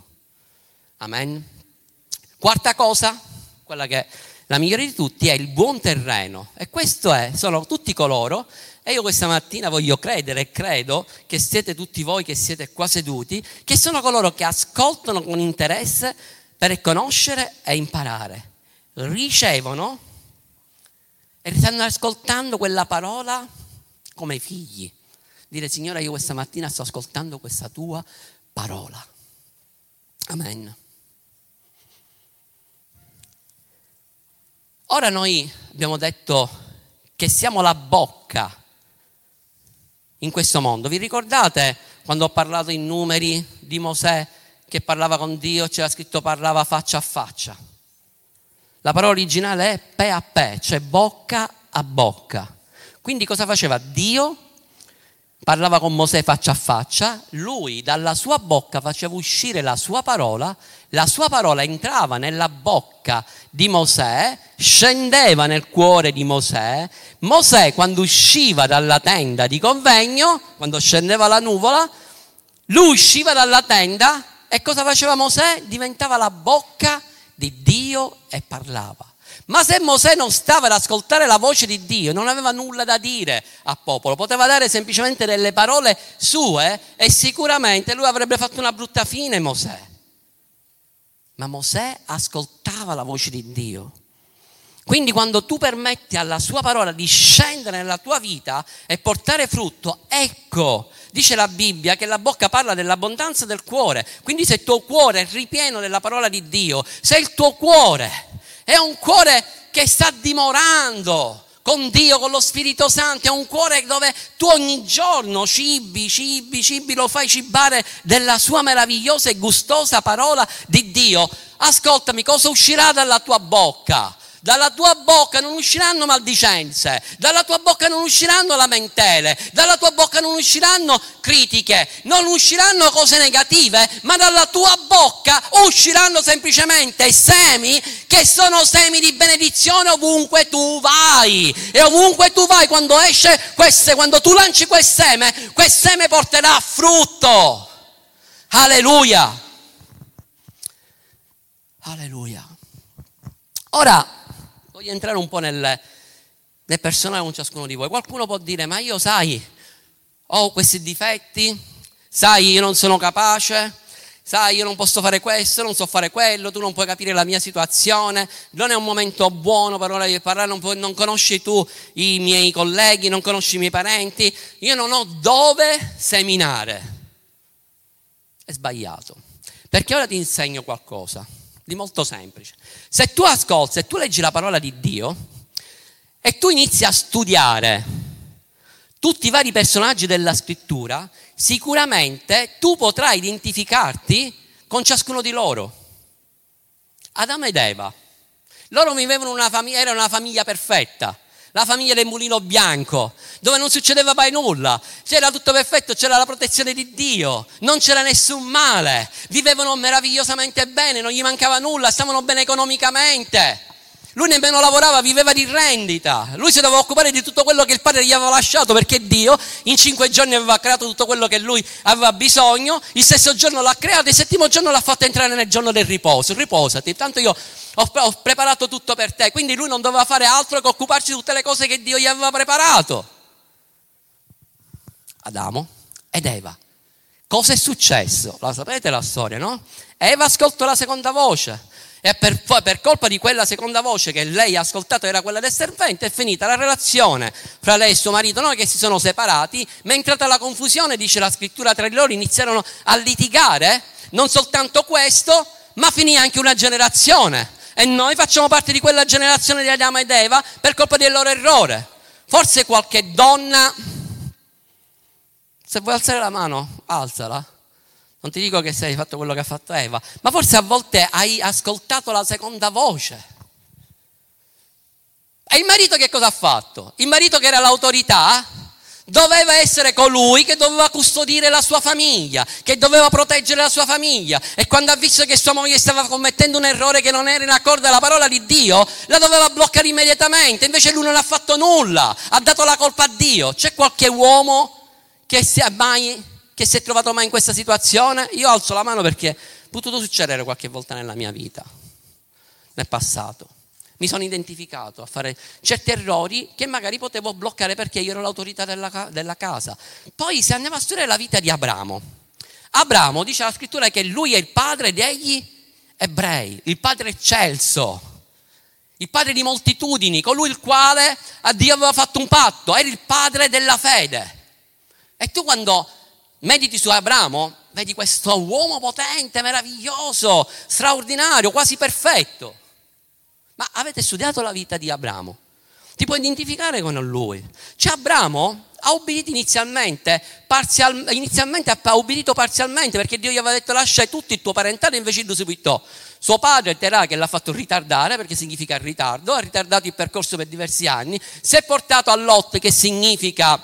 S1: Amen. Quarta cosa, quella che la migliore di tutti, è il buon terreno. E questo sono tutti coloro, e io questa mattina voglio credere e credo che siete tutti voi che siete qua seduti, che sono coloro che ascoltano con interesse per conoscere e imparare. Ricevono e stanno ascoltando quella parola come figli. Dire: Signore, io questa mattina sto ascoltando questa tua parola. Amen. Ora noi abbiamo detto che siamo la bocca in questo mondo. Vi ricordate quando ho parlato in Numeri di Mosè che parlava con Dio? C'era scritto parlava faccia a faccia. La parola originale è pe a pe, cioè bocca a bocca. Quindi cosa faceva? Dio parlava con Mosè faccia a faccia, lui dalla sua bocca faceva uscire la sua parola entrava nella bocca di Mosè, scendeva nel cuore di Mosè. Mosè, quando usciva dalla tenda di convegno, quando scendeva la nuvola, lui usciva dalla tenda, e cosa faceva Mosè? Diventava la bocca di Dio e parlava. Ma se Mosè non stava ad ascoltare la voce di Dio, non aveva nulla da dire al popolo, poteva dare semplicemente delle parole sue, e sicuramente lui avrebbe fatto una brutta fine, Mosè. ma Mosè ascoltava la voce di Dio. Quindi quando tu permetti alla sua parola di scendere nella tua vita e portare frutto, ecco, dice la Bibbia che la bocca parla dell'abbondanza del cuore. Quindi se il tuo cuore è ripieno della parola di Dio, se il tuo cuore è un cuore che sta dimorando con Dio, con lo Spirito Santo, è un cuore dove tu ogni giorno cibi, lo fai cibare della sua meravigliosa e gustosa parola di Dio. Ascoltami, cosa uscirà dalla tua bocca? Dalla tua bocca non usciranno maldicenze, dalla tua bocca non usciranno lamentele, dalla tua bocca non usciranno critiche, non usciranno cose negative, ma dalla tua bocca usciranno semplicemente semi che sono semi di benedizione ovunque tu vai. E ovunque tu vai, quando tu lanci quel seme porterà frutto. Alleluia. Alleluia. Ora voglio entrare un po' nel personale con ciascuno di voi. Qualcuno può dire, ma io sai, ho questi difetti, sai, io non sono capace, sai, io non posso fare questo, non so fare quello, tu non puoi capire la mia situazione, non è un momento buono per ora di parlare, non conosci tu i miei colleghi, non conosci i miei parenti, io non ho dove seminare. È sbagliato, perché ora ti insegno qualcosa di molto semplice. Se tu ascolti, se tu leggi la parola di Dio e tu inizi a studiare tutti i vari personaggi della scrittura, sicuramente tu potrai identificarti con ciascuno di loro. Adamo ed Eva, loro vivevano era una famiglia perfetta, la famiglia del mulino bianco, dove non succedeva mai nulla, c'era tutto perfetto, c'era la protezione di Dio, non c'era nessun male, vivevano meravigliosamente bene, non gli mancava nulla, stavano bene economicamente. Lui nemmeno lavorava, viveva di rendita, lui si doveva occupare di tutto quello che il padre gli aveva lasciato, perché Dio in 5 giorni aveva creato tutto quello che lui aveva bisogno, il stesso giorno l'ha creato, il settimo giorno l'ha fatto entrare nel giorno del riposo. Riposati, tanto io ho preparato tutto per te. Quindi lui non doveva fare altro che occuparsi di tutte le cose che Dio gli aveva preparato. Adamo ed Eva. Cosa è successo? La sapete la storia, no? Eva ascoltò la seconda voce. E per colpa di quella seconda voce che lei ha ascoltato, era quella del serpente, è finita la relazione fra lei e suo marito, no? Che si sono separati, ma è entrata la confusione, dice la scrittura, tra di loro, iniziarono a litigare. Non soltanto questo, ma finì anche una generazione. E noi facciamo parte di quella generazione di Adamo ed Eva per colpa del loro errore. Forse qualche donna, se vuoi alzare la mano, alzala. Non ti dico che se hai fatto quello che ha fatto Eva, ma forse a volte hai ascoltato la seconda voce. E il marito che cosa ha fatto? Il marito, che era l'autorità, doveva essere colui che doveva custodire la sua famiglia, che doveva proteggere la sua famiglia. E quando ha visto che sua moglie stava commettendo un errore che non era in accordo alla parola di Dio, la doveva bloccare immediatamente. Invece lui non ha fatto nulla, ha dato la colpa a Dio. C'è qualche uomo che si è trovato mai in questa situazione? Io alzo la mano perché è potuto succedere qualche volta nella mia vita, nel passato. Mi sono identificato a fare certi errori che magari potevo bloccare perché io ero l'autorità della casa. Poi se andiamo a studiare la vita di Abramo, dice la scrittura che lui è il padre degli ebrei, il padre eccelso, il padre di moltitudini, colui il quale a Dio aveva fatto un patto, era il padre della fede. E tu quando mediti su Abramo, vedi questo uomo potente, meraviglioso, straordinario, quasi perfetto. Ma avete studiato la vita di Abramo? Ti puoi identificare con lui? Cioè Abramo ha obbedito inizialmente ha obbedito parzialmente, perché Dio gli aveva detto lascia tutto il tuo parentale, invece lui seguitò suo padre Terà, che l'ha fatto ritardare, perché significa ritardo, ha ritardato il percorso per diversi anni, si è portato a Lot, che significa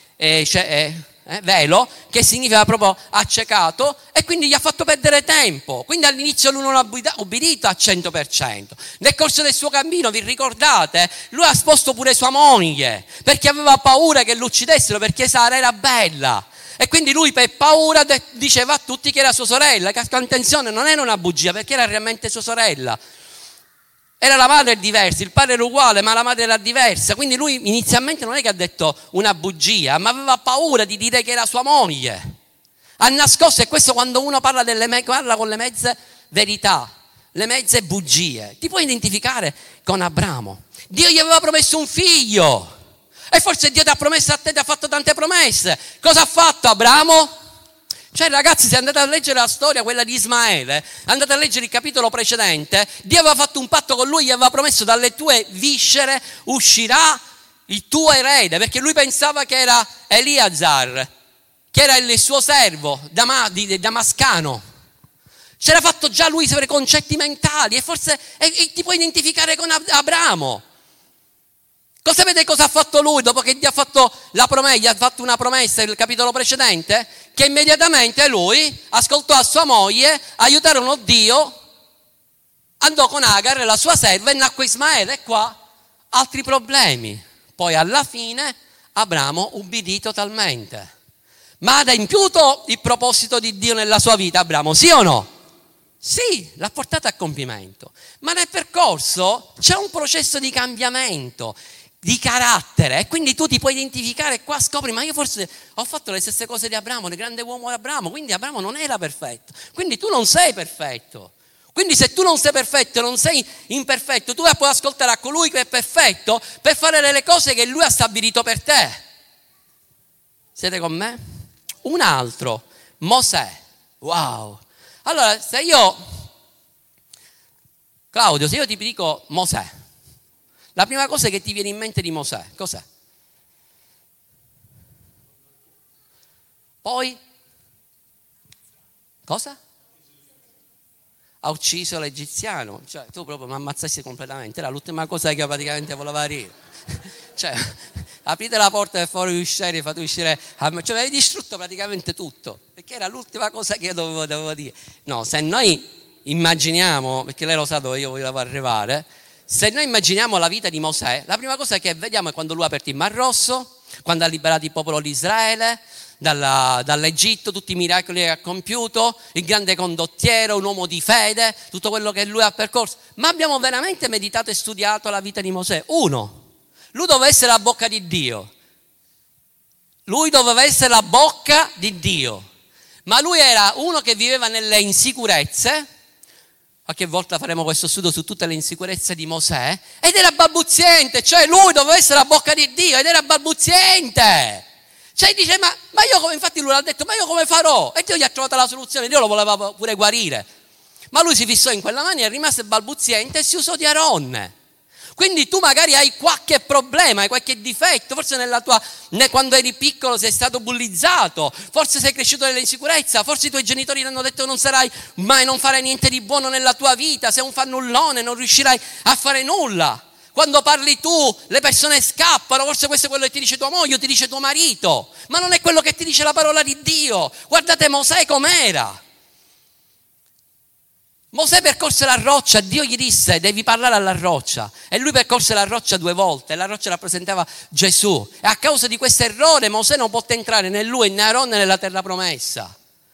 S1: velo, che significa proprio accecato, e quindi gli ha fatto perdere tempo. Quindi all'inizio lui non ha obbedito al 100%. Nel corso del suo cammino, vi ricordate, lui ha sposto pure sua moglie, perché aveva paura che lo uccidessero, perché Sara era bella. E quindi lui per paura diceva a tutti che era sua sorella, che attenzione, non era una bugia, perché era realmente sua sorella. Era la madre diversa, il padre era uguale, ma la madre era diversa. Quindi lui inizialmente non è che ha detto una bugia, ma aveva paura di dire che era sua moglie. Ha nascosto, e questo quando uno parla con le mezze verità. le mezze bugie. Ti puoi identificare con Abramo. Dio gli aveva promesso un figlio. E forse Dio ti ha promesso a te, ti ha fatto tante promesse. Cosa ha fatto Abramo? Cioè ragazzi, se andate a leggere la storia, quella di Ismaele, andate a leggere il capitolo precedente, Dio aveva fatto un patto con lui, gli aveva promesso dalle tue viscere uscirà il tuo erede, perché lui pensava che era Eliazar, che era il suo servo damascano. C'era fatto già lui i concetti mentali e forse ti puoi identificare con Abramo. Sapete cosa ha fatto lui dopo che gli ha fatto la promessa, gli ha fatto una promessa nel capitolo precedente? Che immediatamente lui ascoltò a sua moglie, aiutarono Dio, andò con Agar, la sua serva, e nacque Ismaele. E qua altri problemi. Poi alla fine Abramo ubbidì totalmente. Ma ha adempiuto il proposito di Dio nella sua vita Abramo, sì o no? Sì, l'ha portato a compimento. Ma nel percorso c'è un processo di cambiamento di carattere, e quindi tu ti puoi identificare. Qua scopri, ma io forse ho fatto le stesse cose di Abramo, il grande uomo di Abramo, quindi Abramo non era perfetto, quindi tu non sei perfetto. Quindi se tu non sei perfetto, non sei imperfetto, tu puoi ascoltare a colui che è perfetto per fare le cose che lui ha stabilito per te. Siete con me? Un altro, Mosè. Wow. Allora, Claudio, se io ti dico Mosè, la prima cosa che ti viene in mente di Mosè, cos'è? Poi? Cosa? Ha ucciso l'egiziano. Cioè, tu proprio mi ammazzassi completamente. Era l'ultima cosa che io praticamente volevo dire. Cioè, aprite la porta e fuori uscire, fate uscire. Cioè, avevi distrutto praticamente tutto. Perché era l'ultima cosa che io dovevo dire. No, se noi immaginiamo, perché lei lo sa dove io volevo arrivare, se noi immaginiamo la vita di Mosè, la prima cosa che vediamo è quando lui ha aperto il Mar Rosso, quando ha liberato il popolo di Israele dall'Egitto, tutti i miracoli che ha compiuto, il grande condottiero, un uomo di fede, tutto quello che lui ha percorso. Ma abbiamo veramente meditato e studiato la vita di Mosè? Uno, lui doveva essere la bocca di Dio. Lui doveva essere la bocca di Dio. Ma lui era uno che viveva nelle insicurezze. Qualche volta faremo questo studio su tutte le insicurezze di Mosè. Ed era balbuziente, cioè lui doveva essere la bocca di Dio ed era balbuziente. Cioè dice, ma io come, infatti lui ha detto, ma io come farò? E Dio gli ha trovato la soluzione, Dio lo voleva pure guarire. Ma lui si fissò in quella maniera, rimase balbuziente e si usò di Aronne. Quindi tu magari hai qualche problema, hai qualche difetto, forse quando eri piccolo sei stato bullizzato, forse sei cresciuto nell'insicurezza, forse i tuoi genitori ti hanno detto non farai niente di buono nella tua vita, sei un fannullone, non riuscirai a fare nulla. Quando parli tu, le persone scappano, forse questo è quello che ti dice tua moglie o ti dice tuo marito, ma non è quello che ti dice la parola di Dio. Guardate Mosè com'era. Mosè percorse la roccia, Dio gli disse devi parlare alla roccia e lui percorse la roccia 2 volte e la roccia rappresentava Gesù e a causa di questo errore Mosè non poté entrare né lui né Aronne nella terra promessa.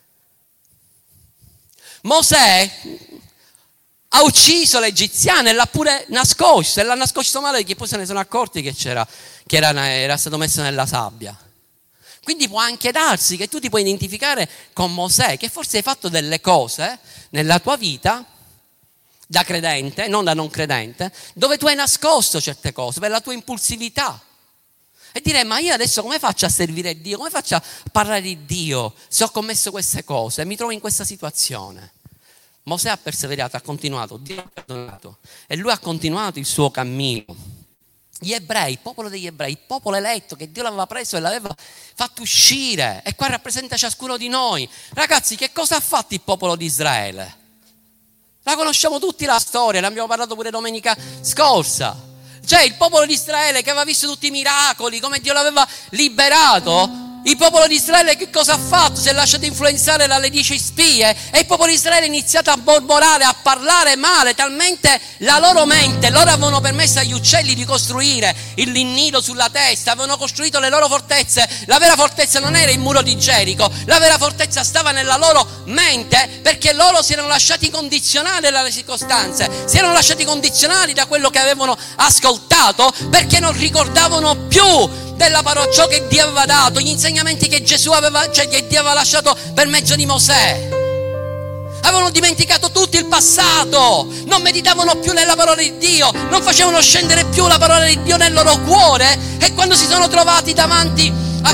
S1: Mosè ha ucciso l'egiziano e l'ha pure nascosto e l'ha nascosto male perché poi se ne sono accorti che era stato messo nella sabbia. Quindi può anche darsi che tu ti puoi identificare con Mosè, che forse hai fatto delle cose nella tua vita da credente, non da non credente, dove tu hai nascosto certe cose per la tua impulsività. E dire, ma io adesso come faccio a servire Dio? Come faccio a parlare di Dio se ho commesso queste cose e mi trovo in questa situazione? Mosè ha perseverato, ha continuato, Dio ha perdonato e lui ha continuato il suo cammino. Gli ebrei, il popolo degli ebrei, il popolo eletto che Dio l'aveva preso e l'aveva fatto uscire, e qua rappresenta ciascuno di noi. Ragazzi, che cosa ha fatto il popolo di Israele? La conosciamo tutti la storia, ne abbiamo parlato pure domenica scorsa. Cioè il popolo di Israele che aveva visto tutti i miracoli, come Dio l'aveva liberato. Il popolo di Israele che cosa ha fatto? Si è lasciato influenzare dalle 10 spie e il popolo di Israele ha iniziato a mormorare, a parlare male, talmente la loro mente, loro avevano permesso agli uccelli di costruire il nido sulla testa, avevano costruito le loro fortezze. La vera fortezza non era il muro di Gerico, la vera fortezza stava nella loro mente, perché loro si erano lasciati condizionare dalle circostanze, si erano lasciati condizionare da quello che avevano ascoltato, perché non ricordavano più della parola, ciò che Dio aveva dato, gli insegnamenti che Gesù aveva, cioè che Dio aveva lasciato per mezzo di Mosè. avevano dimenticato tutto il passato, non meditavano più nella parola di Dio, non facevano scendere più la parola di Dio nel loro cuore, e quando si sono trovati davanti a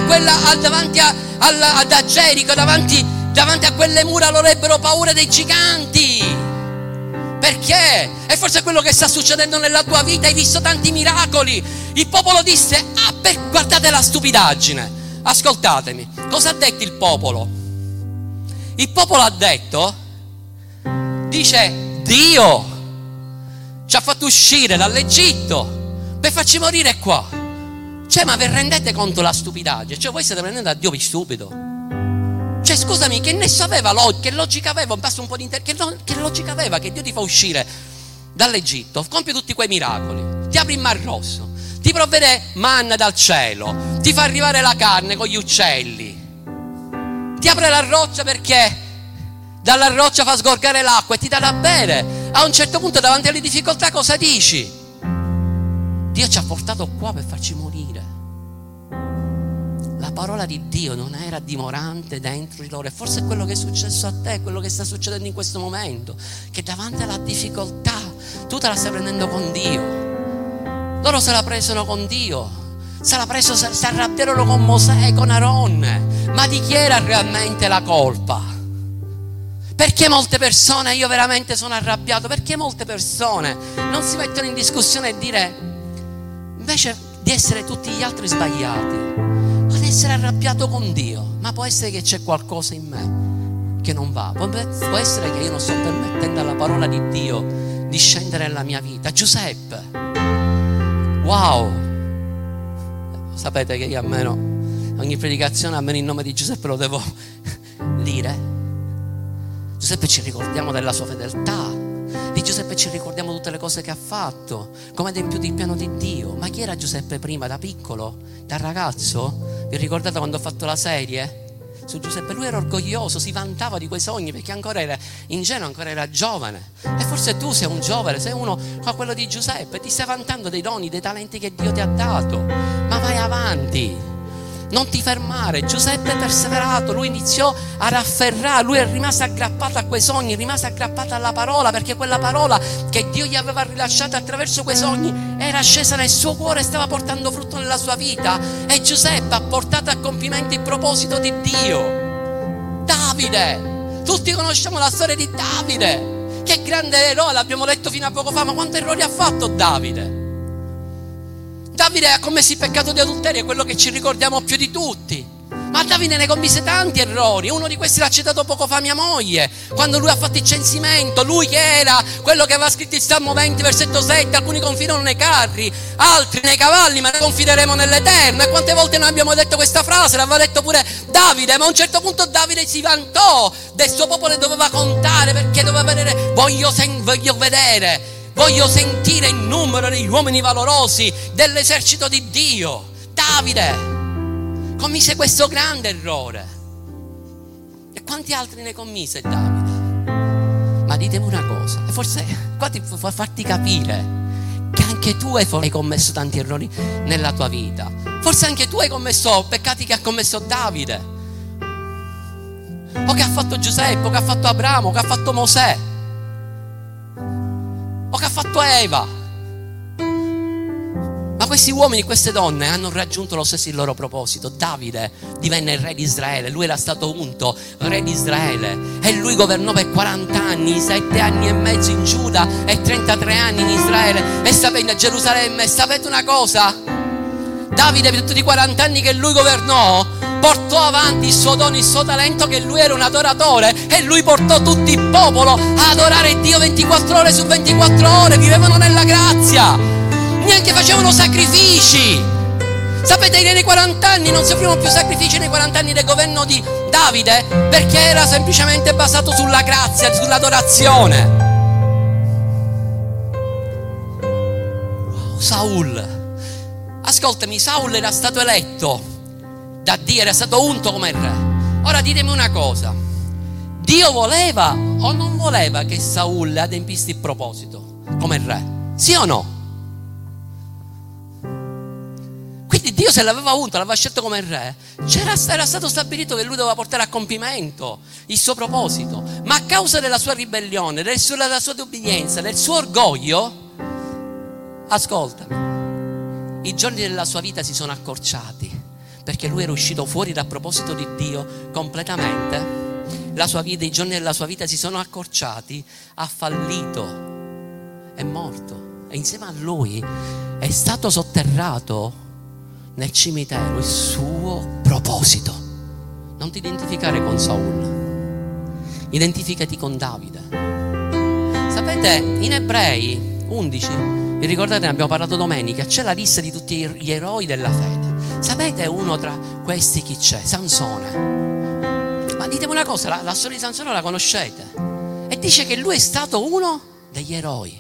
S1: Gerico, davanti a quelle mura, loro ebbero paura dei giganti. Perché? E forse è quello che sta succedendo nella tua vita. Hai visto tanti miracoli. Il popolo disse: guardate la stupidaggine. Ascoltatemi, cosa ha detto il popolo? Il popolo ha detto, dice: Dio ci ha fatto uscire dall'Egitto per farci morire qua. Cioè, ma vi rendete conto la stupidaggine? Cioè, voi state prendendo a Dio per stupido? Cioè, scusami, che nesso aveva, che logica aveva, basta un po' di che logica aveva che Dio ti fa uscire dall'Egitto, compie tutti quei miracoli, ti apre il Mar Rosso, ti provvede manna dal cielo, ti fa arrivare la carne con gli uccelli, ti apre la roccia perché dalla roccia fa sgorgare l'acqua e ti dà da bere. A un certo punto, davanti alle difficoltà, cosa dici? Dio ci ha portato qua per farci morire. La parola di Dio non era dimorante dentro di loro, e forse è quello che è successo a te, quello che sta succedendo in questo momento, che davanti alla difficoltà tu te la stai prendendo con Dio. Loro se la presero con Dio, si arrabbiarono con Mosè e con Aronne. Ma di chi era realmente la colpa? Perché molte persone, io veramente sono arrabbiato, perché molte persone non si mettono in discussione e dire, invece di essere tutti gli altri sbagliati, ad essere arrabbiato con Dio, ma può essere che c'è qualcosa in me che non va, può essere che io non sto permettendo alla parola di Dio di scendere nella mia vita. Giuseppe, wow, sapete che io almeno ogni predicazione, almeno il nome di Giuseppe lo devo dire. Giuseppe ci ricordiamo della sua fedeltà, di Giuseppe ci ricordiamo tutte le cose che ha fatto, come ha adempiuto il piano di Dio. Ma chi era Giuseppe prima, da piccolo, da ragazzo? Vi ricordate quando ho fatto la serie su Giuseppe? Lui era orgoglioso, si vantava di quei sogni perché ancora era ingenuo, ancora era giovane. E forse tu sei un giovane, sei uno come quello di Giuseppe, ti stai vantando dei doni, dei talenti che Dio ti ha dato, ma vai avanti, non ti fermare. Giuseppe è perseverato, lui iniziò a rafferrare, lui è rimasto aggrappato a quei sogni, è rimasto aggrappato alla parola, perché quella parola che Dio gli aveva rilasciato attraverso quei sogni era scesa nel suo cuore e stava portando frutto nella sua vita. E Giuseppe ha portato a compimento il proposito di Dio. Davide, tutti conosciamo la storia di Davide, che grande eroe, l'abbiamo letto fino a poco fa, ma quanti errori ha fatto Davide? Davide ha commesso il peccato di adulterio, è quello che ci ricordiamo più di tutti. Ma Davide ne commise tanti errori. Uno di questi l'ha citato poco fa mia moglie, quando lui ha fatto il censimento. Lui che era quello che aveva scritto il Salmo 20 versetto 7: alcuni confidano nei carri, altri nei cavalli, ma noi confideremo nell'Eterno. E quante volte noi abbiamo detto questa frase? L'aveva detto pure Davide. Ma a un certo punto Davide si vantò del suo popolo e doveva contare, perché doveva vedere, voglio vedere, voglio sentire il numero degli uomini valorosi dell'esercito di Dio. Davide commise questo grande errore. E quanti altri ne commise Davide? Ma ditemi una cosa, e forse qua ti fa farti capire che anche tu hai commesso tanti errori nella tua vita. Forse anche tu hai commesso peccati che ha commesso Davide, o che ha fatto Giuseppe, o che ha fatto Abramo, o che ha fatto Mosè, o che ha fatto Eva. Ma questi uomini, queste donne hanno raggiunto lo stesso il loro proposito. Davide divenne il re di Israele, lui era stato unto re di Israele e lui governò per 40 anni, 7 anni e mezzo in Giuda e 33 anni in Israele, e sapete, a Gerusalemme. E sapete una cosa? Davide, per tutti i 40 anni che lui governò, portò avanti il suo dono, il suo talento, che lui era un adoratore, e lui portò tutto il popolo a adorare Dio 24 ore su 24 ore. Vivevano nella grazia, neanche facevano sacrifici. Sapete, nei 40 anni non si offrivano più sacrifici, nei 40 anni del governo di Davide, perché era semplicemente basato sulla grazia, sull'adorazione. Saul, ascoltami, Saul era stato eletto da Dio, era stato unto come re. Ora ditemi una cosa: Dio voleva o non voleva che Saul adempisse il proposito come re? Sì o no? Quindi Quindi Dio, se l'aveva avuto, l'aveva scelto come re, era stato stabilito che lui doveva portare a compimento il suo proposito. Ma a causa della sua ribellione, della sua obbedienza, del suo orgoglio, ascoltami, i giorni della sua vita si sono accorciati, perché lui era uscito fuori dal proposito di Dio completamente. I giorni della sua vita si sono accorciati, ha fallito, è morto, e insieme a lui è stato sotterrato nel cimitero il suo proposito. Non ti identificare con Saul, identificati con Davide. Sapete, in Ebrei 11, vi ricordate, ne abbiamo parlato domenica, c'è la lista di tutti gli eroi della fede. Sapete uno tra questi chi c'è? Sansone. Ma ditemi una cosa, la storia di Sansone la conoscete? E dice che lui è stato uno degli eroi.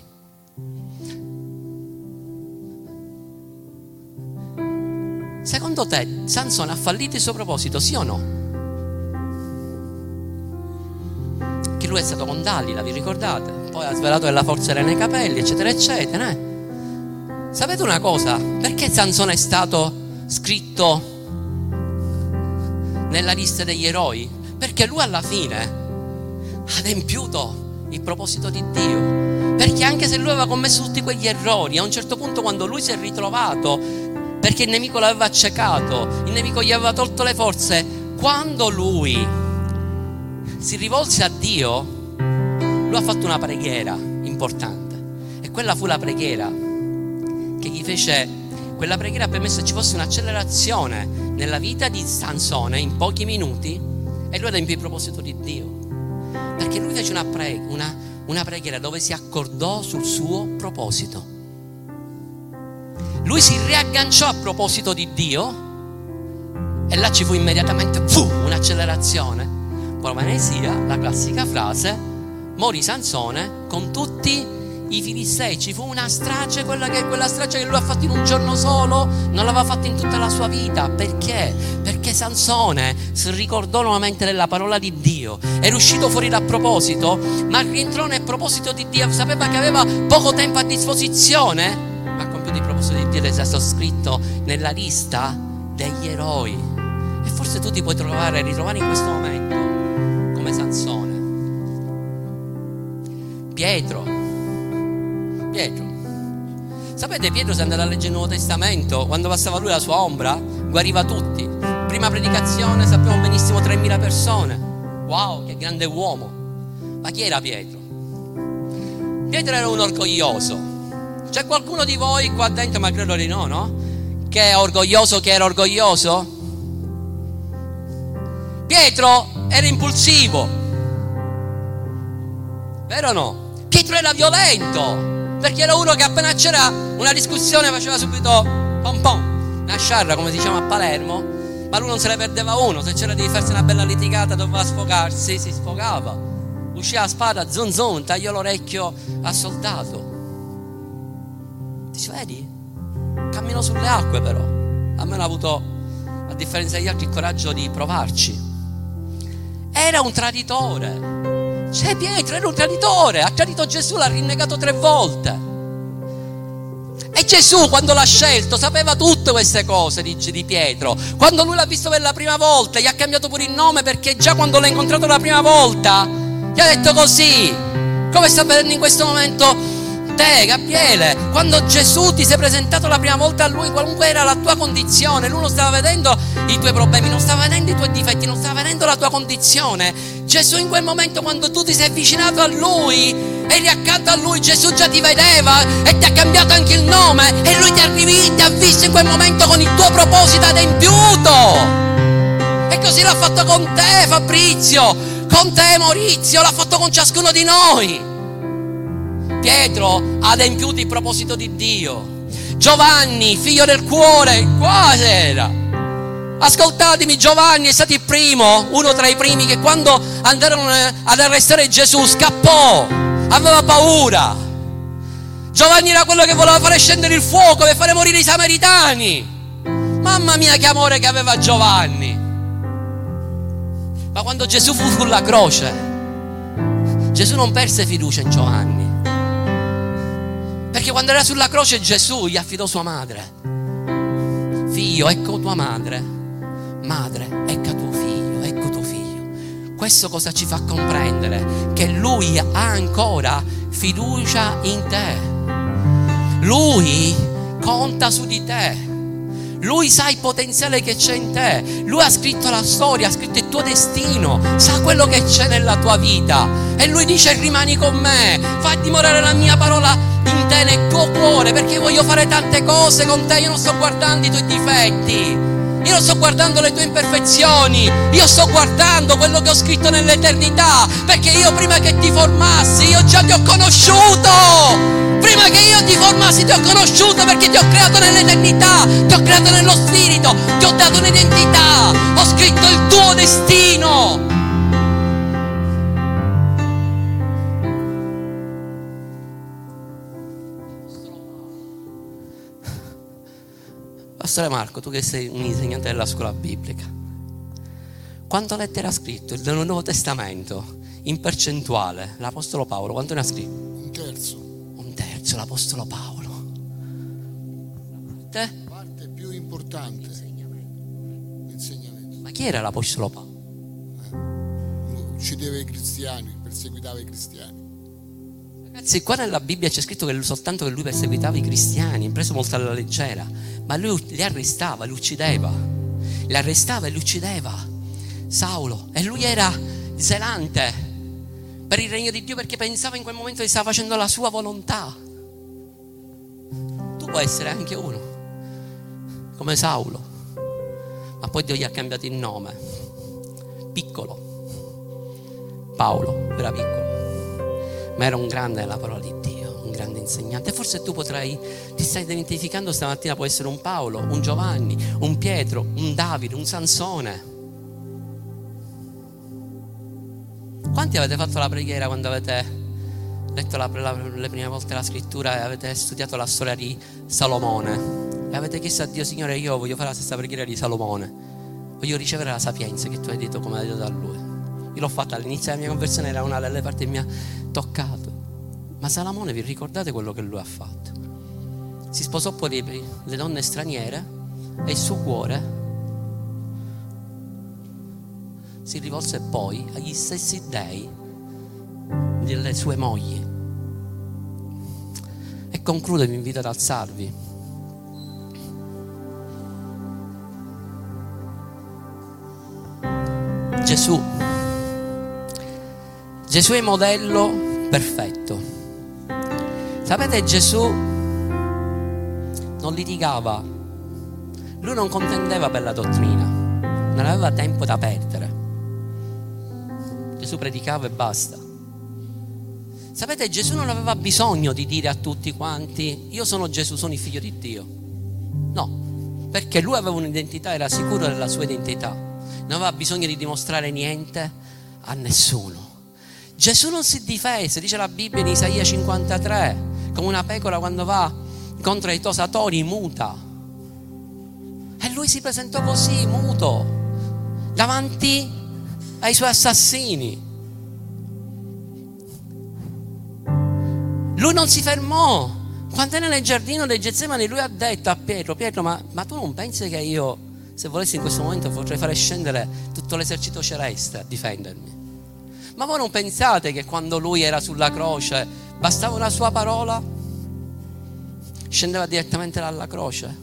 S1: Secondo te Sansone ha fallito il suo proposito, sì o no? Che lui è stato con Dalila, vi ricordate? Poi ha svelato che la forza era nei capelli, eccetera eccetera, Sapete una cosa? Perché Sansone è stato scritto nella lista degli eroi? Perché lui alla fine ha adempiuto il proposito di Dio. Perché anche se lui aveva commesso tutti quegli errori, a un certo punto, quando lui si è ritrovato, perché il nemico l'aveva accecato, il nemico gli aveva tolto le forze, quando lui si rivolse a Dio, lui ha fatto una preghiera importante, e quella fu la preghiera che gli fece. Quella preghiera ha permesso che ci fosse un'accelerazione nella vita di Sansone in pochi minuti, e lui adempì il proposito di Dio, perché lui fece una preghiera dove si accordò sul suo proposito. Lui si riagganciò a proposito di Dio, e là ci fu immediatamente un'accelerazione. Come ne sia, la classica frase: morì Sansone con tutti i filistei. Ci fu una strage, quella strage che lui ha fatto in un giorno solo, non l'aveva fatta in tutta la sua vita. Perché? Perché Sansone si ricordò nuovamente della parola di Dio, era uscito fuori dal proposito, ma rientrò nel proposito di Dio. Sapeva che aveva poco tempo a disposizione, ma ha compiuto il proposito di Dio ed è stato scritto nella lista degli eroi. E forse tu ti puoi ritrovare in questo momento come Sansone. Pietro. Sapete, Pietro, se andate a leggere il Nuovo Testamento, quando passava lui la sua ombra, guariva tutti. Prima predicazione, sappiamo benissimo, 3.000 persone. Wow, che grande uomo. Ma chi era Pietro? Pietro era un orgoglioso. C'è qualcuno di voi qua dentro, ma credo di no, no? Che è orgoglioso, che era orgoglioso? Pietro era impulsivo, vero o no? Pietro era violento, perché era uno che appena c'era una discussione faceva subito pom pom, una sciarra, come diciamo a Palermo, ma lui non se ne perdeva uno. Se c'era di farsi una bella litigata, doveva sfogarsi, si sfogava, usciva la spada, zon zon, tagliò l'orecchio al soldato. Dice, vedi? Cammino sulle acque, però almeno ha avuto, a differenza degli altri, il coraggio di provarci. Era un traditore. Pietro era un traditore, ha tradito Gesù, l'ha rinnegato 3 volte. E Gesù, quando l'ha scelto, sapeva tutte queste cose di Pietro. Quando lui l'ha visto per la prima volta, gli ha cambiato pure il nome, perché già quando l'ha incontrato la prima volta gli ha detto così, come sta vedendo in questo momento te, Gabriele. Quando Gesù ti sei presentato la prima volta a lui, qualunque era la tua condizione, lui non stava vedendo i tuoi problemi, non stava vedendo i tuoi difetti, non stava vedendo la tua condizione. Gesù, in quel momento, quando tu ti sei avvicinato a lui, eri accanto a lui, Gesù già ti vedeva e ti ha cambiato anche il nome, e lui ti ha visto in quel momento con il tuo proposito adempiuto. E così l'ha fatto con te, Fabrizio, con te, Maurizio, l'ha fatto con ciascuno di noi. Pietro ha adempiuto il proposito di Dio. Giovanni, figlio del cuore, qua era. Ascoltatemi, Giovanni è stato il primo, uno tra i primi, che quando andarono ad arrestare Gesù scappò, aveva paura. Giovanni era quello che voleva fare scendere il fuoco per fare morire i samaritani. Mamma mia, che amore che aveva Giovanni. Ma quando Gesù fu sulla croce, Gesù non perse fiducia in Giovanni, perché quando era sulla croce Gesù gli affidò sua madre. figlio, ecco tua madre, madre, ecco tuo figlio, ecco tuo figlio. Questo cosa ci fa comprendere? Che Lui ha ancora fiducia in te. Lui conta su di te. Lui sa il potenziale che c'è in te. Lui ha scritto la storia, ha scritto il tuo destino, sa quello che c'è nella tua vita. E Lui dice: rimani con me, fai dimorare la mia parola in te, nel tuo cuore, perché voglio fare tante cose con te. Io non sto guardando i tuoi difetti, io non sto guardando le tue imperfezioni, io sto guardando quello che ho scritto nell'eternità, perché io prima che ti formassi io già ti ho conosciuto. Prima che io ti formassi ti ho conosciuto, perché ti ho creato nell'eternità, ti ho creato nello spirito, ti ho dato un'identità, ho scritto il tuo destino. Pastore Marco, tu che sei un insegnante della scuola biblica, quante lettere ha scritto nel Nuovo Testamento in percentuale l'Apostolo Paolo? Quanto ne ha scritto?
S2: Un terzo.
S1: L'Apostolo Paolo.
S2: La parte più importante, l'insegnamento.
S1: Ma chi era l'Apostolo Paolo?
S2: Uccideva i cristiani, perseguitava i cristiani.
S1: Ragazzi, qua nella Bibbia c'è scritto che soltanto che lui perseguitava i cristiani, preso molto alla leggera, ma lui li arrestava, li uccideva. Li arrestava e li uccideva. Saulo. E lui era zelante per il regno di Dio, perché pensava in quel momento che stava facendo la sua volontà. Tu puoi essere anche uno come Saulo, ma poi Dio gli ha cambiato il nome. Piccolo Paolo, era piccolo, ma era un grande nella parola di Dio, un grande insegnante. E forse tu ti stai identificando stamattina, può essere un Paolo, un Giovanni, un Pietro, un Davide, un Sansone. Quanti avete fatto la preghiera quando avete letto le prime volte la scrittura e avete studiato la storia di Salomone e avete chiesto a Dio: Signore, io voglio fare la stessa preghiera di Salomone, voglio ricevere la sapienza che tu hai detto come hai detto da lui. Io l'ho fatta all'inizio della mia conversione, era una delle parti che mi ha toccato. Ma Salomone, vi ricordate quello che lui ha fatto? Si sposò poi le donne straniere e il suo cuore si rivolse poi agli stessi dei delle sue mogli. E concludo e vi invito ad alzarvi. Gesù è il modello perfetto. Sapete, Gesù non litigava, lui non contendeva per la dottrina, non aveva tempo da perdere. Gesù predicava e basta. Sapete, Gesù non aveva bisogno di dire a tutti quanti: io sono Gesù, sono il figlio di Dio. No, perché lui aveva un'identità, era sicuro della sua identità, non aveva bisogno di dimostrare niente a nessuno. Gesù non si difese, dice la Bibbia in Isaia 53, come una pecora quando va contro i tosatori muta. E lui si presentò così, muto, davanti ai suoi assassini. Lui non si fermò. Quando era nel giardino del Getsemani, lui ha detto a Pietro, ma tu non pensi che io, se volessi in questo momento, potrei fare scendere tutto l'esercito celeste a difendermi? Ma voi non pensate che quando lui era sulla croce bastava una sua parola? Scendeva direttamente dalla croce?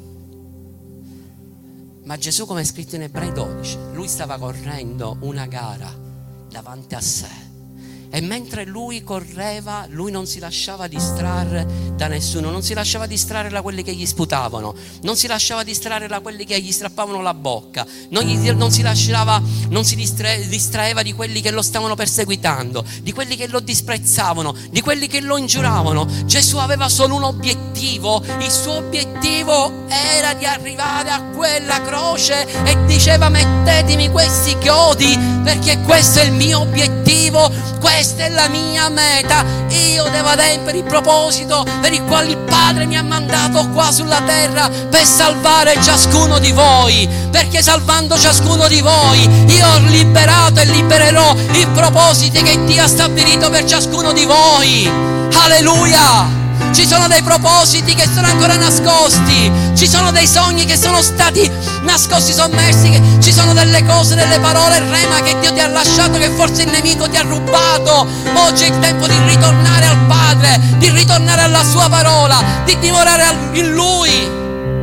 S1: Ma Gesù, come è scritto in Ebrei 12, lui stava correndo una gara davanti a sé. E mentre lui correva, lui non si lasciava distrarre da nessuno, non si lasciava distrarre da quelli che gli sputavano, non si lasciava distrarre da quelli che gli strappavano la bocca, non si distraeva di quelli che lo stavano perseguitando, di quelli che lo disprezzavano, di quelli che lo ingiuravano. Gesù aveva solo un obiettivo, il suo obiettivo era di arrivare a quella croce e diceva: mettetemi questi chiodi, perché questo è il mio obiettivo, questa è la mia meta, io devo adempiere il proposito per il quale il Padre mi ha mandato qua sulla terra, per salvare ciascuno di voi, perché salvando ciascuno di voi io ho liberato e libererò i propositi che Dio ha stabilito per ciascuno di voi. Alleluia! ci sono dei propositi che sono ancora nascosti, ci sono dei sogni che sono stati nascosti, sommersi, ci sono delle cose, delle parole rema che Dio ti ha lasciato, che forse il nemico ti ha rubato. Oggi è il tempo di ritornare al Padre, di ritornare alla sua parola, di dimorare in Lui.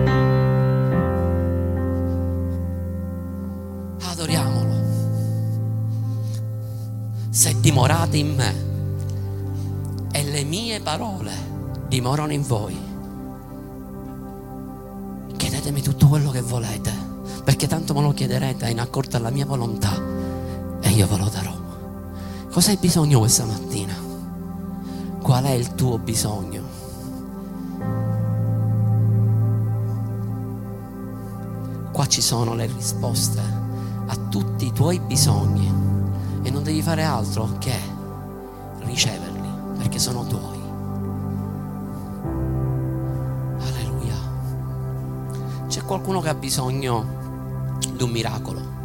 S1: Adoriamolo. Se dimorate in me e le mie parole dimorano in voi, chiedetemi tutto quello che volete, perché tanto me lo chiederete in accordo alla mia volontà e io ve lo darò. Cosa hai bisogno questa mattina? Qual è il tuo bisogno? Qua ci sono le risposte a tutti i tuoi bisogni e non devi fare altro che riceverli, perché sono tuoi. Alleluia. C'è qualcuno che ha bisogno di un miracolo?